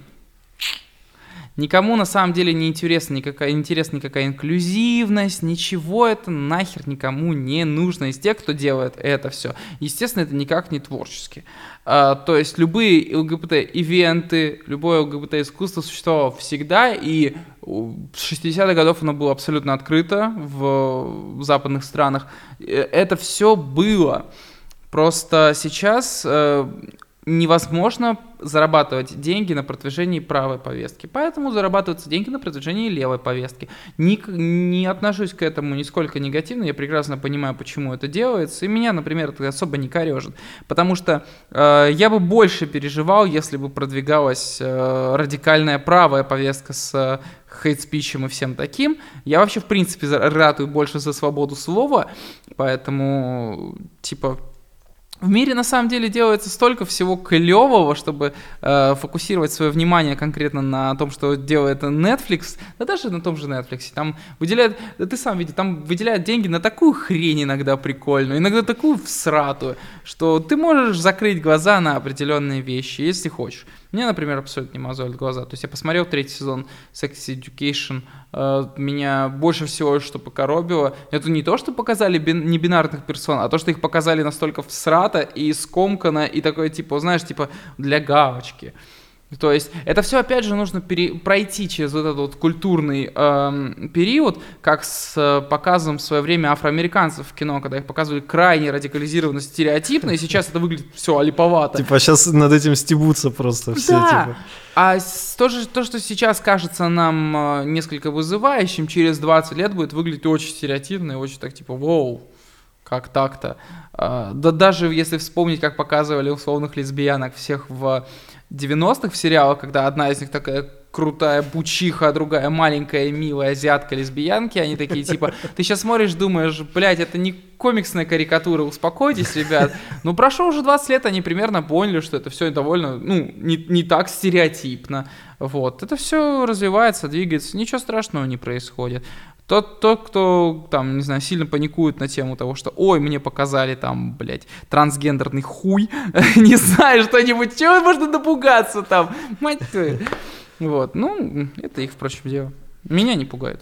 S2: Никому на самом деле не интересна никакая инклюзивность, ничего это нахер никому не нужно из тех, кто делает это все. Естественно, это никак не творчески. То есть любые ЛГБТ-ивенты, любое ЛГБТ-искусство существовало всегда, и с 60-х годов оно было абсолютно открыто в западных странах. Это все было. Просто сейчас невозможно зарабатывать деньги на продвижении правой повестки, поэтому зарабатываются деньги на продвижении левой повестки. Не отношусь к этому нисколько негативно, я прекрасно понимаю, почему это делается, и меня, например, это особо не корежит, потому что я бы больше переживал, если бы продвигалась радикальная правая повестка с хейт-спичем и всем таким. Я вообще, в принципе, ратую больше за свободу слова, поэтому, в мире на самом деле делается столько всего клевого, чтобы фокусировать свое внимание конкретно на том, что делает Netflix, да даже на том же Netflix. Там выделяют, да ты сам видишь, там выделяют деньги на такую хрень иногда прикольную, иногда такую всратую, что ты можешь закрыть глаза на определенные вещи, если хочешь. Мне, например, абсолютно не мозолят глаза. То есть я посмотрел 3-й сезон Sex Education, меня больше всего что покоробило. Это не то, что показали небинарных персон, а то, что их показали настолько всрато и скомканно, и такое, знаешь, для галочки. То есть это все, опять же, нужно пройти через вот этот вот культурный период, как с показом в свое время афроамериканцев в кино, когда их показывали крайне радикализированно, стереотипно, и сейчас это выглядит все олиповато.
S1: Сейчас над этим стебутся просто все.
S2: Да. А то, что сейчас кажется нам несколько вызывающим, через 20 лет будет выглядеть очень стереотипно и очень так воу. Как так-то? Да даже если вспомнить, как показывали условных лесбиянок всех в 90-х в сериалах, когда одна из них такая крутая бучиха, а другая маленькая, милая азиатка лесбиянки, они такие ты сейчас смотришь, думаешь, блядь, это не комиксная карикатура, успокойтесь, ребят. Но прошло уже 20 лет, они примерно поняли, что это все довольно, не так стереотипно. Вот, это все развивается, двигается, ничего страшного не происходит. Тот, кто, не знаю, сильно паникует на тему того, что, ой, мне показали трансгендерный хуй, не знаю, что-нибудь, чего можно напугаться мать твою. Вот, это их, впрочем, дело. Меня не пугает.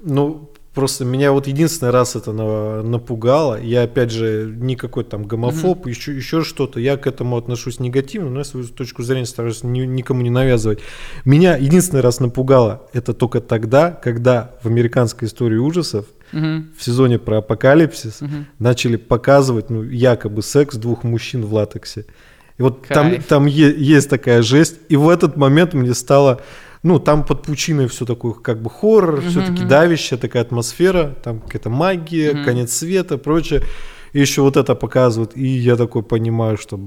S1: Просто меня вот единственный раз это напугало. Я, опять же, никакой гомофоб, еще что-то. Я к этому отношусь негативно, но я свою точку зрения стараюсь никому не навязывать. Меня единственный раз напугало это только тогда, когда в американской истории ужасов в сезоне про апокалипсис начали показывать, якобы секс двух мужчин в латексе. И вот там есть такая жесть. И в этот момент мне стало... там под пучиной все такое, хоррор, все-таки давящая такая атмосфера, там какая-то магия, конец света, прочее. И еще вот это показывают, и я такой понимаю, что,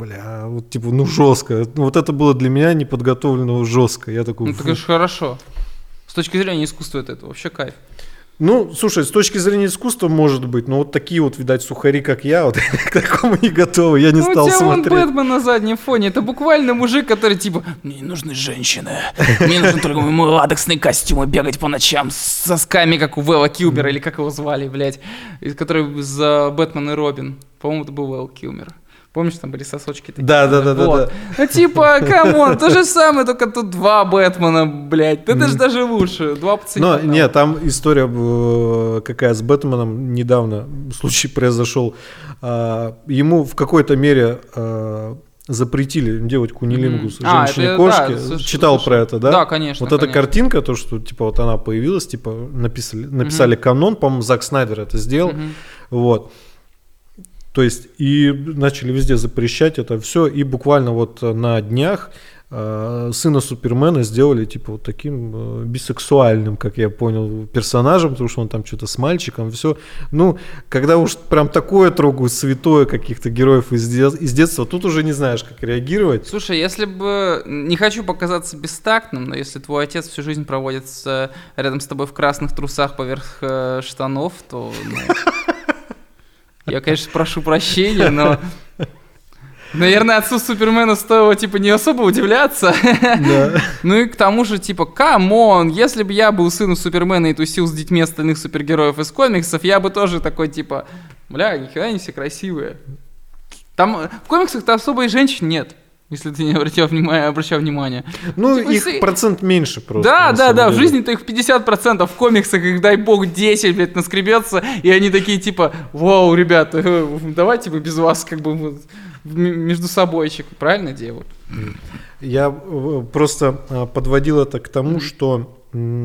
S1: жестко. Вот это было для меня неподготовленного жестко. Я такой...
S2: так это же хорошо. С точки зрения искусства это вообще кайф.
S1: Слушай, с точки зрения искусства, может быть, но вот такие вот, видать, сухари, как я, вот к такому не готовы, я не стал смотреть.
S2: У тебя Бэтмен на заднем фоне, это буквально мужик, который мне не нужны женщины, мне нужен только мой латексный костюм и бегать по ночам с сосками, как у Вэлла Килмера, или как его звали, блядь, который за Бэтмен и Робин, по-моему, это был Вэлл Килмер. Помнишь, там были сосочки такие?
S1: Да.
S2: Ну, типа, камон, то же самое, только тут 2 Бэтмена, блядь. Это же даже лучше. 2 пацана.
S1: Но нет, там история какая с Бэтменом недавно случай произошел. Ему в какой-то мере запретили делать кунилингус женщине-кошке.
S2: Да,
S1: Читал про это, да?
S2: Да, конечно.
S1: Вот эта картинка, то, что типа вот она появилась, типа написали канон, по-моему, Зак Снайдер это сделал. Вот. То есть и начали везде запрещать это все, и буквально вот на днях сына Супермена сделали типа вот таким бисексуальным, как я понял, персонажем, потому что он там что-то с мальчиком, все. Ну, когда уж прям такое трогают святое каких-то героев из детства, тут уже не знаешь, как реагировать.
S2: Слушай, если бы... Не хочу показаться бестактным, но если твой отец всю жизнь проводит рядом с тобой в красных трусах поверх штанов, то... Я, конечно, прошу прощения, но... Наверное, отцу Супермена стоило, типа, не особо удивляться.
S1: Да.
S2: Ну и к тому же, типа, камон, если бы я был сыном Супермена и тусил с детьми остальных супергероев из комиксов, я бы тоже такой, типа, бля, нихера они все красивые. Там в комиксах-то особо и женщин нет, если ты не обращал внимания.
S1: Ну,
S2: типа,
S1: их процент меньше просто.
S2: Да, в жизни-то их 50%, в комиксах их, дай бог, 10, блядь, наскребется, и они такие, типа, вау, ребята, давайте мы без вас, как бы... между собойчик, правильно делают?
S1: Я просто подводил это к тому, что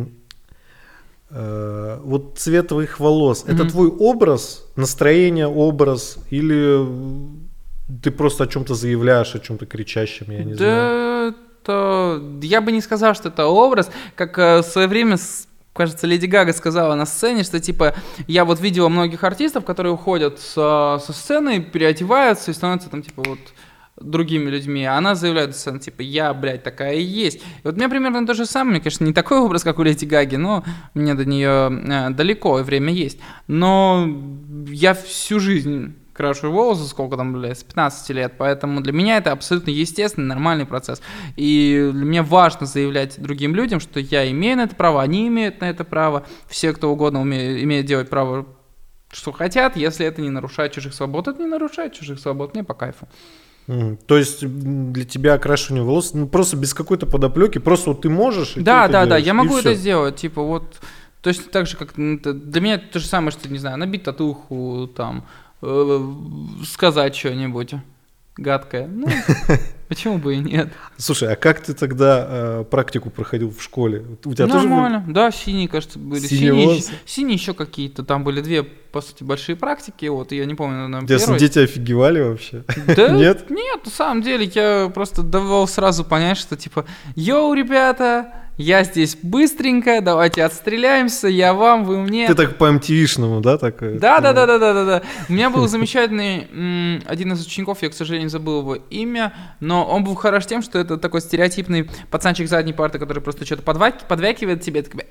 S1: вот цвет твоих волос, это твой образ, настроение, образ, или ты просто о чем-то заявляешь, о чем-то кричащем, я не знаю.
S2: Да, я бы не сказал, что это образ, как в свое время... Кажется, Леди Гага сказала на сцене, что, типа, я вот видела многих артистов, которые уходят со сцены, переодеваются и становятся там, типа, вот другими людьми. А она заявляет на сцену, типа, я, блядь, такая и есть. И вот у меня примерно то же самое. Мне, конечно, не такой образ, как у Леди Гаги, но мне до нее далеко, и время есть. Но я всю жизнь... крашу волосы, сколько там, блядь, с 15 лет, поэтому для меня это абсолютно естественный, нормальный процесс. И для меня важно заявлять другим людям, что я имею на это право, они имеют на это право, все, кто угодно имеет делать право, что хотят, если это не нарушает чужих свобод. Это не нарушает чужих свобод, мне по кайфу.
S1: То есть для тебя окрашивание волос, ну, просто без какой-то подоплеки, просто вот ты можешь, и
S2: да,
S1: ты это делаешь,
S2: я могу это
S1: все.
S2: сделать, типа вот, точно так же, как для меня это то же самое, что, не знаю, набить татуху, там, сказать что-нибудь гадкое. Ну, почему бы и нет?
S1: Слушай, а как ты тогда практику проходил в школе? У тебя
S2: нормально.
S1: Тоже...
S2: Да, синие, кажется, были. Синие еще какие-то. Там были 2, по сути, большие практики. Вот, я не помню, наверное, первой.
S1: Дети офигевали вообще?
S2: Да?
S1: Нет?
S2: Нет, на самом деле, я просто давал сразу понять, что типа, йоу, ребята, я здесь быстренько, давайте отстреляемся, я вам, вы мне.
S1: Ты так по MTV-шному, да? Такой?
S2: Да. У меня был замечательный один из учеников, я, к сожалению, забыл его имя, но он был хорош тем, что это такой стереотипный пацанчик задней парты, который просто что-то подвякивает тебе, такой,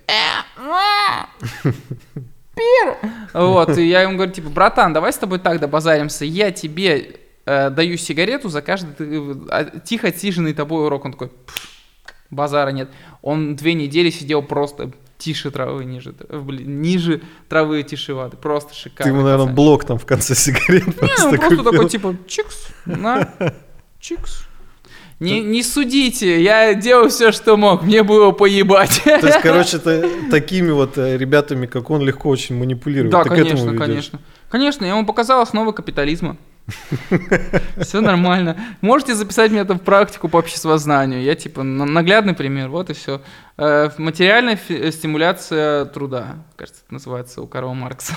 S2: пир! Вот, и я ему говорю, типа, братан, давай с тобой так добазаримся, я тебе даю сигарету за каждый тихо отсиженный тобой урок. Он такой, базара нет. Он 2 недели сидел просто тише травы, ниже травы тишеваты. Просто шикарно.
S1: Ты ему, наверное, блок там в конце сигарет.
S2: Не, он просто такой, типа, чикс, на, чикс. Не судите, я делал все, что мог, мне было поебать.
S1: То есть, короче, такими вот ребятами, как он, легко очень манипулировать.
S2: Да, конечно. Конечно, я ему показал основы капитализма. Все нормально. Можете записать меня там в практику по обществознанию. Я типа наглядный пример, вот и все. Материальная стимуляция труда, кажется, это называется у Карла Маркса.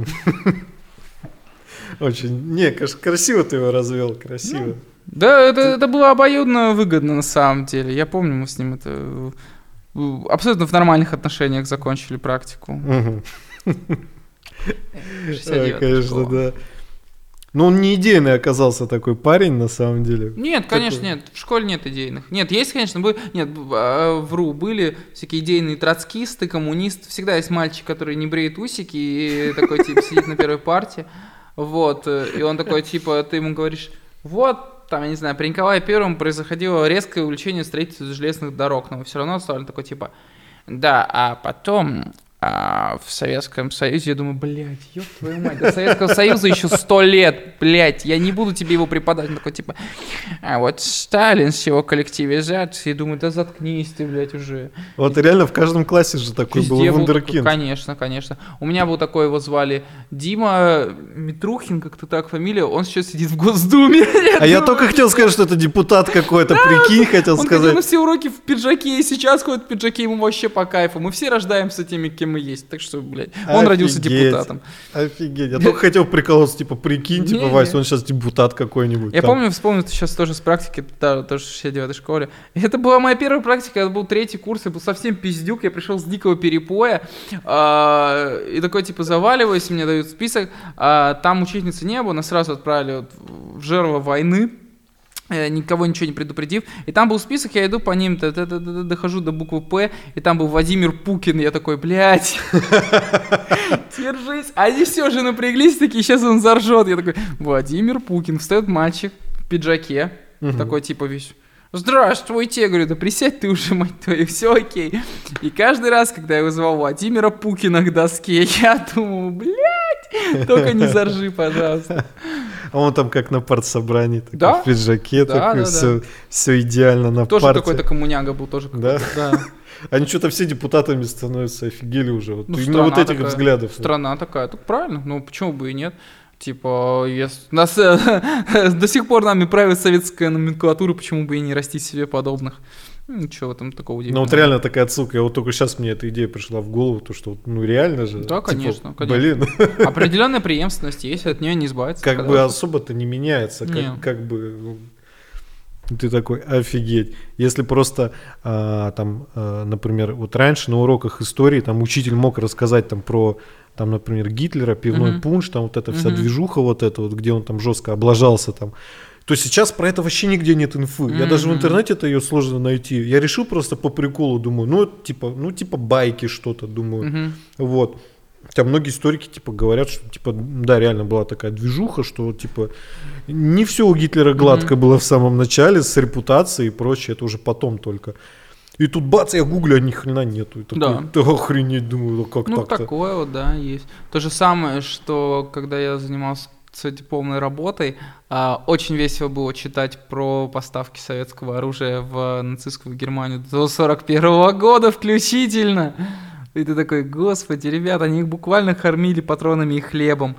S1: Очень. Не, красиво ты его развел, красиво.
S2: Да, это было обоюдно выгодно на самом деле. Я помню, мы с ним это абсолютно в нормальных отношениях закончили практику.
S1: Конечно, да. Но он не идейный оказался такой парень, на самом деле.
S2: Нет, конечно, нет. В школе нет идейных. Нет, есть, конечно, были всякие идейные троцкисты, коммунисты. Всегда есть мальчик, который не бреет усики и такой, типа, сидит на первой парте. Вот. И он такой, типа, ты ему говоришь, вот, там, я не знаю, при Николае Первом происходило резкое увлечение строительством железных дорог. Но все равно Сталин такой, типа, да, а потом... в Советском Союзе. Я думаю, блядь, ёб твою мать, до Советского Союза еще 100 лет, блядь, я не буду тебе его преподавать. Он такой, типа, а вот Сталин с его коллективизацией. Я думаю, да заткнись ты, блядь, уже.
S1: Вот реально в каждом классе же такой был вундеркинд.
S2: Конечно, конечно. У меня был такой, его звали Дима Митрухин, как-то так фамилия, он сейчас сидит в Госдуме.
S1: Я только хотел сказать, что это депутат какой-то, прикинь, хотел сказать.
S2: Он ходил на все уроки в пиджаке, и сейчас ходит в пиджаке, ему вообще по кайфу. Мы все рождаемся теми, кем мы есть. Так что, блядь, он родился депутатом.
S1: Офигеть. Я только хотел приколоться, типа, прикинь, типа, Вася, он сейчас депутат какой-нибудь.
S2: Я помню, вспомнил сейчас тоже с практики, тоже в 69-й школе. Это была моя первая практика, это был 3-й курс, я был совсем пиздюк, я пришел с дикого перепоя, и такой, типа, заваливаюсь, мне дают список, там учительницы не было, нас сразу отправили в жерло войны, никого ничего не предупредив. И там был список, я иду по ним, дохожу до буквы П, и там был Владимир Пукин. Я такой, блядь, держись. Они все же напряглись такие, сейчас он заржет. Я такой, Владимир Пукин. Встает мальчик в пиджаке, такой типа весь... Здравствуйте, я говорю, да присядь ты уже, мать твою, все окей. И каждый раз, когда я вызывал Владимира Пукина к доске, я думал, блядь, только не заржи, пожалуйста.
S1: А он там как на партсобрании, такой
S2: да?
S1: в пиджаке,
S2: да,
S1: такой, все идеально на
S2: тоже
S1: парте.
S2: Тоже какой-то коммуняга был, тоже какой-то, да.
S1: Они что-то все депутатами становятся, офигели уже. Вот, именно вот этих
S2: такая,
S1: взглядов.
S2: Страна такая, так правильно, ну почему бы и нет. Типа, нас до сих пор нами правит советская номенклатура, почему бы и не расти себе подобных. Ничего в этом такого удивительного.
S1: Ну вот реально такая отсылка, вот только сейчас мне эта идея пришла в голову, то что, ну реально же.
S2: Да, конечно,
S1: типа,
S2: конечно.
S1: Блин.
S2: Определенная преемственность есть, от нее не избавиться.
S1: Как бы особо-то не меняется, как бы... Ты такой, офигеть. Если просто, там, например, вот раньше на уроках истории там учитель мог рассказать там про, там, например, Гитлера, пивной пунш, там вот эта вся движуха вот эта вот, где он там жестко облажался там, то сейчас про это вообще нигде нет инфы. Я даже в интернете-то ее сложно найти. Я решил просто по приколу, думаю, ну типа байки что-то, думаю, вот. Хотя многие историки типа говорят, что типа да, реально была такая движуха, что типа не все у Гитлера гладко было в самом начале с репутацией и прочее, это уже потом только. И тут бац, я гуглю, а ни хрена нету. И такой, да охренеть, думаю, ну как так-то.
S2: Ну такое вот, да, есть. То же самое, что когда я занимался дипломной работой, очень весело было читать про поставки советского оружия в нацистскую Германию до 1941 года включительно. И ты такой, господи, ребята, они их буквально кормили патронами и хлебом.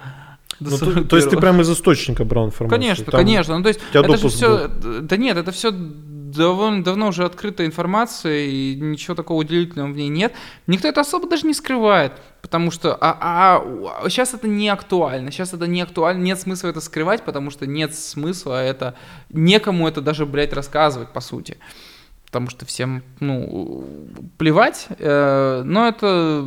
S1: То есть ты прямо из источника брал информацию?
S2: Конечно,
S1: там
S2: конечно. Ну, то есть это же все... Да нет, это все довольно давно уже открытая информация, и ничего такого удивительного в ней нет. Никто это особо даже не скрывает, потому что сейчас это не актуально. Сейчас это не актуально, нет смысла это скрывать, потому что нет смысла это... Некому это даже, блядь, рассказывать, по сути. Потому что всем, плевать, но это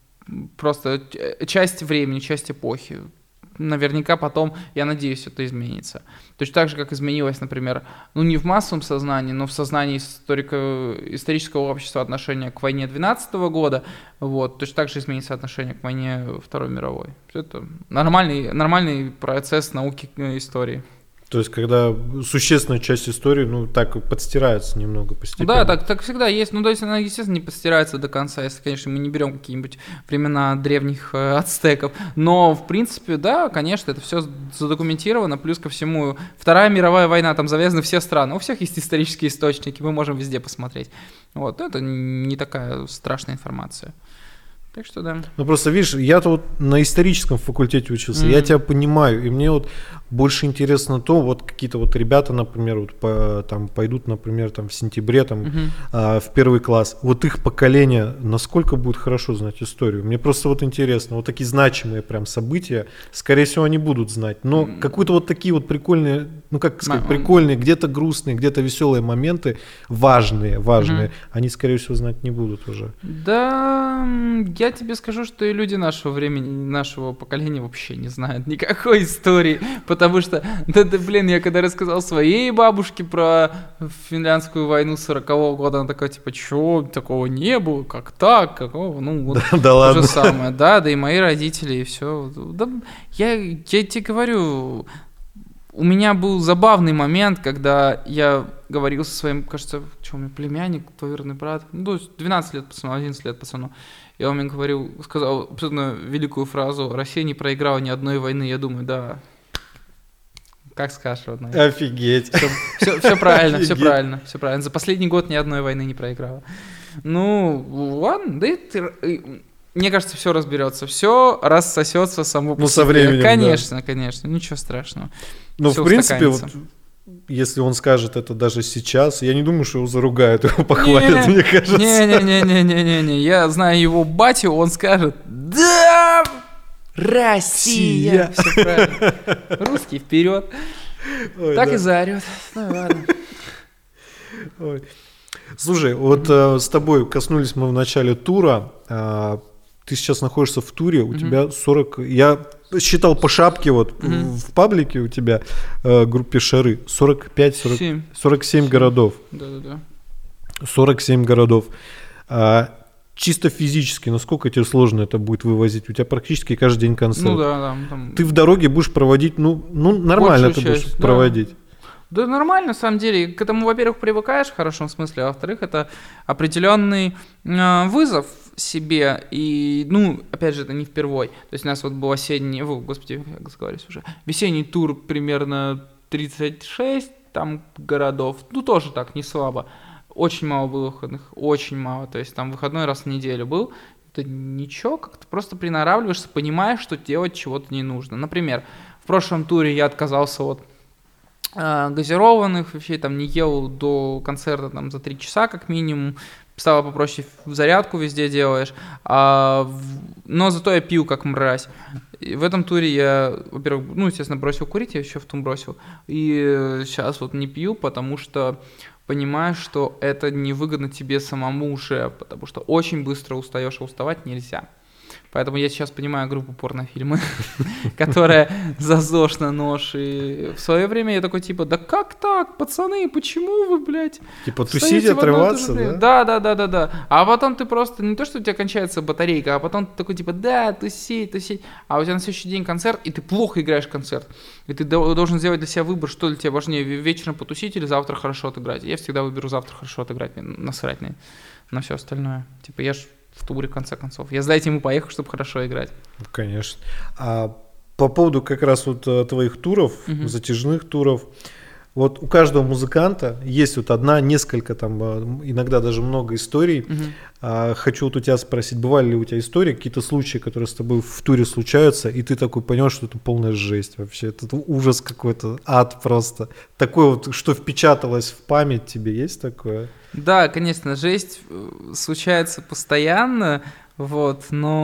S2: просто часть времени, часть эпохи. Наверняка потом, я надеюсь, это изменится. Точно так же, как изменилось, например, не в массовом сознании, но в сознании исторического общества отношение к войне 12 года, вот, точно так же изменится отношение к войне Второй мировой. Это нормальный процесс науки истории.
S1: То есть, когда существенная часть истории, так подстирается немного постепенно.
S2: Да, так всегда есть. То есть она, естественно, не подстирается до конца, если, конечно, мы не берем какие-нибудь времена древних ацтеков. Но, в принципе, да, конечно, это все задокументировано. Плюс ко всему, Вторая мировая война, там завязаны все страны. У всех есть исторические источники, мы можем везде посмотреть. Вот, это не такая страшная информация. Так что да.
S1: Просто видишь, я-то вот на историческом факультете учился, я тебя понимаю, и мне вот больше интересно то, вот какие-то вот ребята, например, вот там пойдут, например, там в сентябре там в первый класс, вот их поколение насколько будет хорошо знать историю. Мне просто вот интересно, вот такие значимые прям события, скорее всего, они будут знать, но какие-то вот такие вот прикольные, как сказать, прикольные, где-то грустные, где-то веселые моменты, важные, они, скорее всего, знать не будут уже.
S2: Да, я тебе скажу, что и люди нашего времени, нашего поколения вообще не знают никакой истории, потому что, я когда рассказал своей бабушке про финляндскую войну 40-го года, она такая, типа, чё, такого не было, как так, какого,
S1: да
S2: то
S1: ладно.
S2: же самое, да, и мои родители, и все. Да, я тебе говорю, у меня был забавный момент, когда я говорил со своим, кажется, что у меня племянник, двоюродный брат, ну, то есть 12 лет пацану, 11 лет пацану. И он мне сказал абсолютно великую фразу: «Россия не проиграла ни одной войны». Я думаю, да, как скажешь, родной.
S1: Офигеть.
S2: Все правильно, все правильно, все правильно. За последний год ни одной войны не проиграла. Ну, ладно, да и мне кажется, все разберется, все рассосется само по себе.
S1: Со временем,
S2: конечно,
S1: да.
S2: Конечно, ничего страшного.
S1: Ну,
S2: Всё
S1: в принципе,
S2: устаканится.
S1: вот, если он скажет это даже сейчас, я не думаю, что его заругают, его похвалят, мне кажется.
S2: Не-не-не-не-не-не, я знаю его батю, он скажет: «Да, Россия!» Все правильно. Русский вперед.
S1: Ой,
S2: Так
S1: да.
S2: и заорет. Ну ладно.
S1: Ой. Слушай, вот с тобой коснулись мы в начале тура. Ты сейчас находишься в туре, у тебя 40... Я считал по шапке вот в паблике у тебя, группе Шары, 47 городов.
S2: Да-да-да.
S1: 47 городов. Чисто физически, насколько тебе сложно это будет вывозить? У тебя практически каждый день концерт.
S2: Ну да. Там
S1: Ты в дороге будешь проводить, ну нормально ты будешь проводить.
S2: Да, нормально, на самом деле. К этому, во-первых, привыкаешь в хорошем смысле, а во-вторых, это определенный вызов себе. И, ну, опять же, это не впервой. То есть у нас вот был осенний, господи, я заговорюсь уже, весенний тур примерно 36 там городов. Ну, тоже так, не слабо. Очень мало было выходных, очень мало. То есть там выходной раз в неделю был. Это ничего, как-то просто приноравливаешься, понимаешь, что делать чего-то не нужно. Например, в прошлом туре я отказался от газированных вещей, там не ел до концерта там за 3 часа как минимум, стало попроще, зарядку везде делаешь, но зато я пил как мразь. И в этом туре я, во-первых, ну, естественно, бросил курить, я еще в том бросил, и сейчас вот не пью, потому что понимаешь, что это невыгодно тебе самому уже, потому что очень быстро устаешь, а уставать нельзя. Поэтому я сейчас понимаю группу порнофильмы, которая за ЗОЖ на нож. И в свое время я такой, типа, да как так, пацаны, почему вы, блядь,
S1: типа тусить, отрываться, да?
S2: Да. А потом ты просто, не то, что у тебя кончается батарейка, а потом ты такой, типа, да, тусить. А у тебя на следующий день концерт, и ты плохо играешь концерт. И ты должен сделать для себя выбор, что для тебя важнее, вечером потусить или завтра хорошо отыграть. Я всегда выберу завтра хорошо отыграть, насрать на все остальное. Типа, я ж в туре, в конце концов. Я за этим и поехал, чтобы хорошо играть.
S1: Конечно. А по поводу как раз вот твоих туров, затяжных туров, вот у каждого музыканта есть вот одна, несколько там, иногда даже много историй. Хочу вот у тебя спросить, бывали ли у тебя истории, какие-то случаи, которые с тобой в туре случаются, и ты такой понял, что это полная жесть вообще, это ужас какой-то, ад просто. Такое вот, что впечаталось в память тебе, есть такое?
S2: Да, конечно, жесть случается постоянно, вот,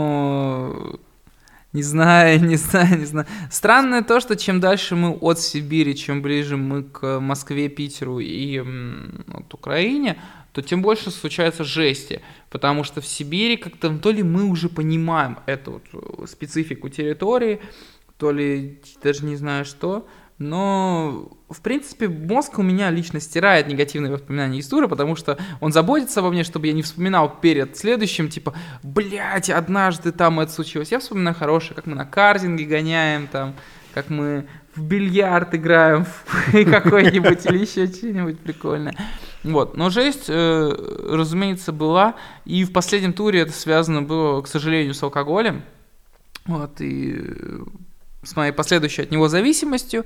S2: но не знаю. Странное то, что чем дальше мы от Сибири, чем ближе мы к Москве, Питеру и от Украине, то тем больше случается жести, потому что в Сибири как-то то ли мы уже понимаем эту вот специфику территории, то ли даже не знаю что. Но, в принципе, мозг у меня лично стирает негативные воспоминания из тура, потому что он заботится обо мне, чтобы я не вспоминал перед следующим, типа, блядь, однажды там это случилось. Я вспоминаю хорошее, как мы на картинге гоняем, там, как мы в бильярд играем какой-нибудь или еще что-нибудь прикольное. Вот, но жесть, разумеется, была, и в последнем туре это связано было, к сожалению, с алкоголем, вот, и с моей последующей от него зависимостью,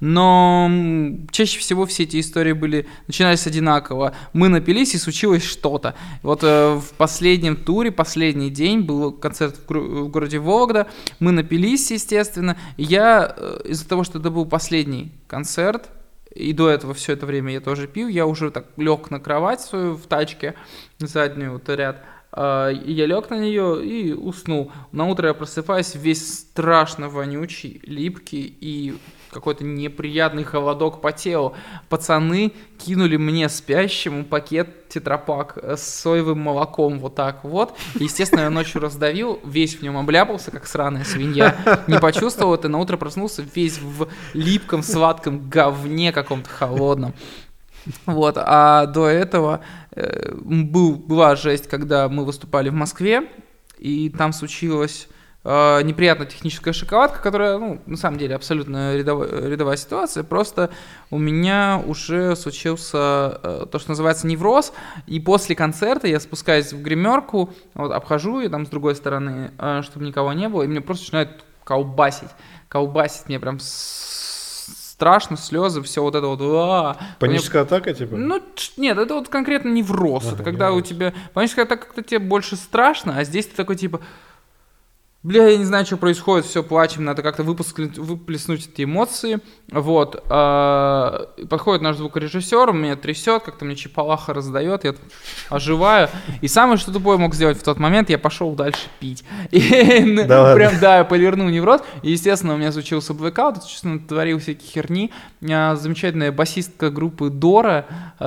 S2: но чаще всего все эти истории начинались одинаково. Мы напились, и случилось что-то. Вот в последнем туре, последний день, был концерт в городе Вологда, мы напились, естественно, и я, из-за того, что это был последний концерт, и до этого все это время я тоже пил, я уже так лег на кровать свою в тачке, заднюю вот ряд, и я лег на нее и уснул. На утро я просыпаюсь весь страшно вонючий, липкий и какой-то неприятный холодок по телу. Пацаны кинули мне спящему пакет тетрапак с соевым молоком вот так вот. И, естественно, я ночью раздавил, весь в нем обляпался, как сраная свинья. Не почувствовал это, на утро проснулся весь в липком, сладком говне каком-то холодном. Вот, а до этого была жесть, когда мы выступали в Москве, и там случилось неприятная техническая шоколадка, которая, ну, на самом деле, абсолютно рядовая ситуация. Просто у меня уже случился то, что называется невроз, и после концерта я спускаюсь в гримерку, вот, обхожу ее там с другой стороны, чтобы никого не было, и мне просто начинает колбасить мне прям страшно, слезы, все вот это вот.
S1: Паническая атака, типа?
S2: Ну, нет, это вот конкретно невроз. Это когда невроз. У тебя... Паническая атака, как-то тебе больше страшно, а здесь ты такой, типа... Бля, я не знаю, что происходит, все, плачем, надо как-то выплеснуть эти эмоции. Вот. Подходит наш звукорежиссер, меня трясет, как-то мне чипалаха раздает, я оживаю. И самое, что тупое мог сделать в тот момент, я пошел дальше пить. Прям, да, я повернул невроз. И, естественно, у меня случился блэкаут, честно, творил всякие херни. Замечательная басистка группы Дора,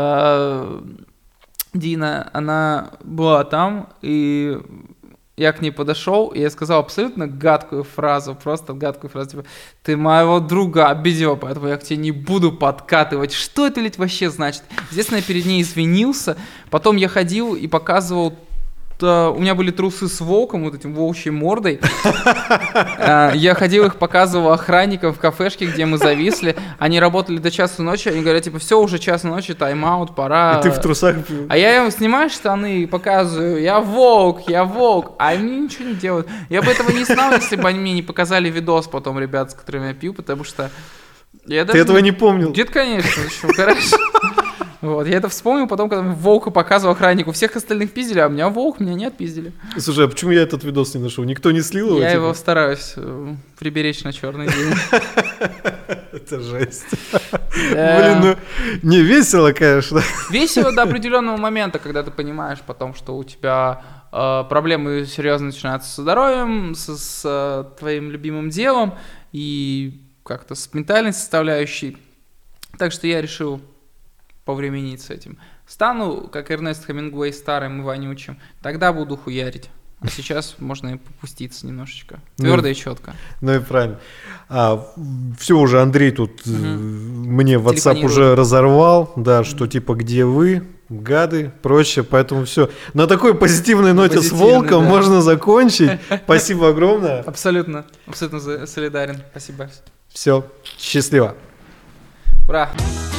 S2: Дина, она была там, и... Я к ней подошел, и я сказал абсолютно гадкую фразу, просто гадкую фразу, типа, ты моего друга обидел, поэтому я к тебе не буду подкатывать. Что это, ведь вообще значит? Естественно, я перед ней извинился, потом я ходил и показывал, у меня были трусы с волком, вот этим волчьей мордой. Я ходил, их показывал охранникам в кафешке, где мы зависли. Они работали до часу ночи, они говорят, типа, все, уже час ночи, тайм-аут, пора.
S1: И ты в трусах...
S2: А я им снимаю штаны и показываю, я волк, а они ничего не делают. Я бы этого не знал, если бы они мне не показали видос потом, ребят, с которыми я пью, потому что...
S1: Ты этого не помнил?
S2: Нет, конечно, хорошо. Вот, я это вспомнил потом, когда волка показывал охраннику. Всех остальных пиздили, а меня волк, меня не отпиздили.
S1: Слушай, а почему я этот видос не нашел? Никто не слил его?
S2: Я его стараюсь приберечь на черный день.
S1: Это жесть. Блин, ну не весело, конечно.
S2: Весело до определенного момента, когда ты понимаешь потом, что у тебя проблемы серьезно начинаются со здоровьем, с твоим любимым делом и как-то с ментальной составляющей. Так что я решил повременить с этим. Стану, как Эрнест Хемингуэй, старым и вонючим, тогда буду хуярить. А сейчас можно и попуститься немножечко. Твердо и четко.
S1: Ну и правильно. Все уже Андрей тут мне в WhatsApp уже разорвал, да, что типа где вы, гады, прочее, поэтому все. На такой позитивной ноте с волком можно закончить. Спасибо огромное.
S2: Абсолютно солидарен. Спасибо.
S1: Все, счастливо.
S2: Ура.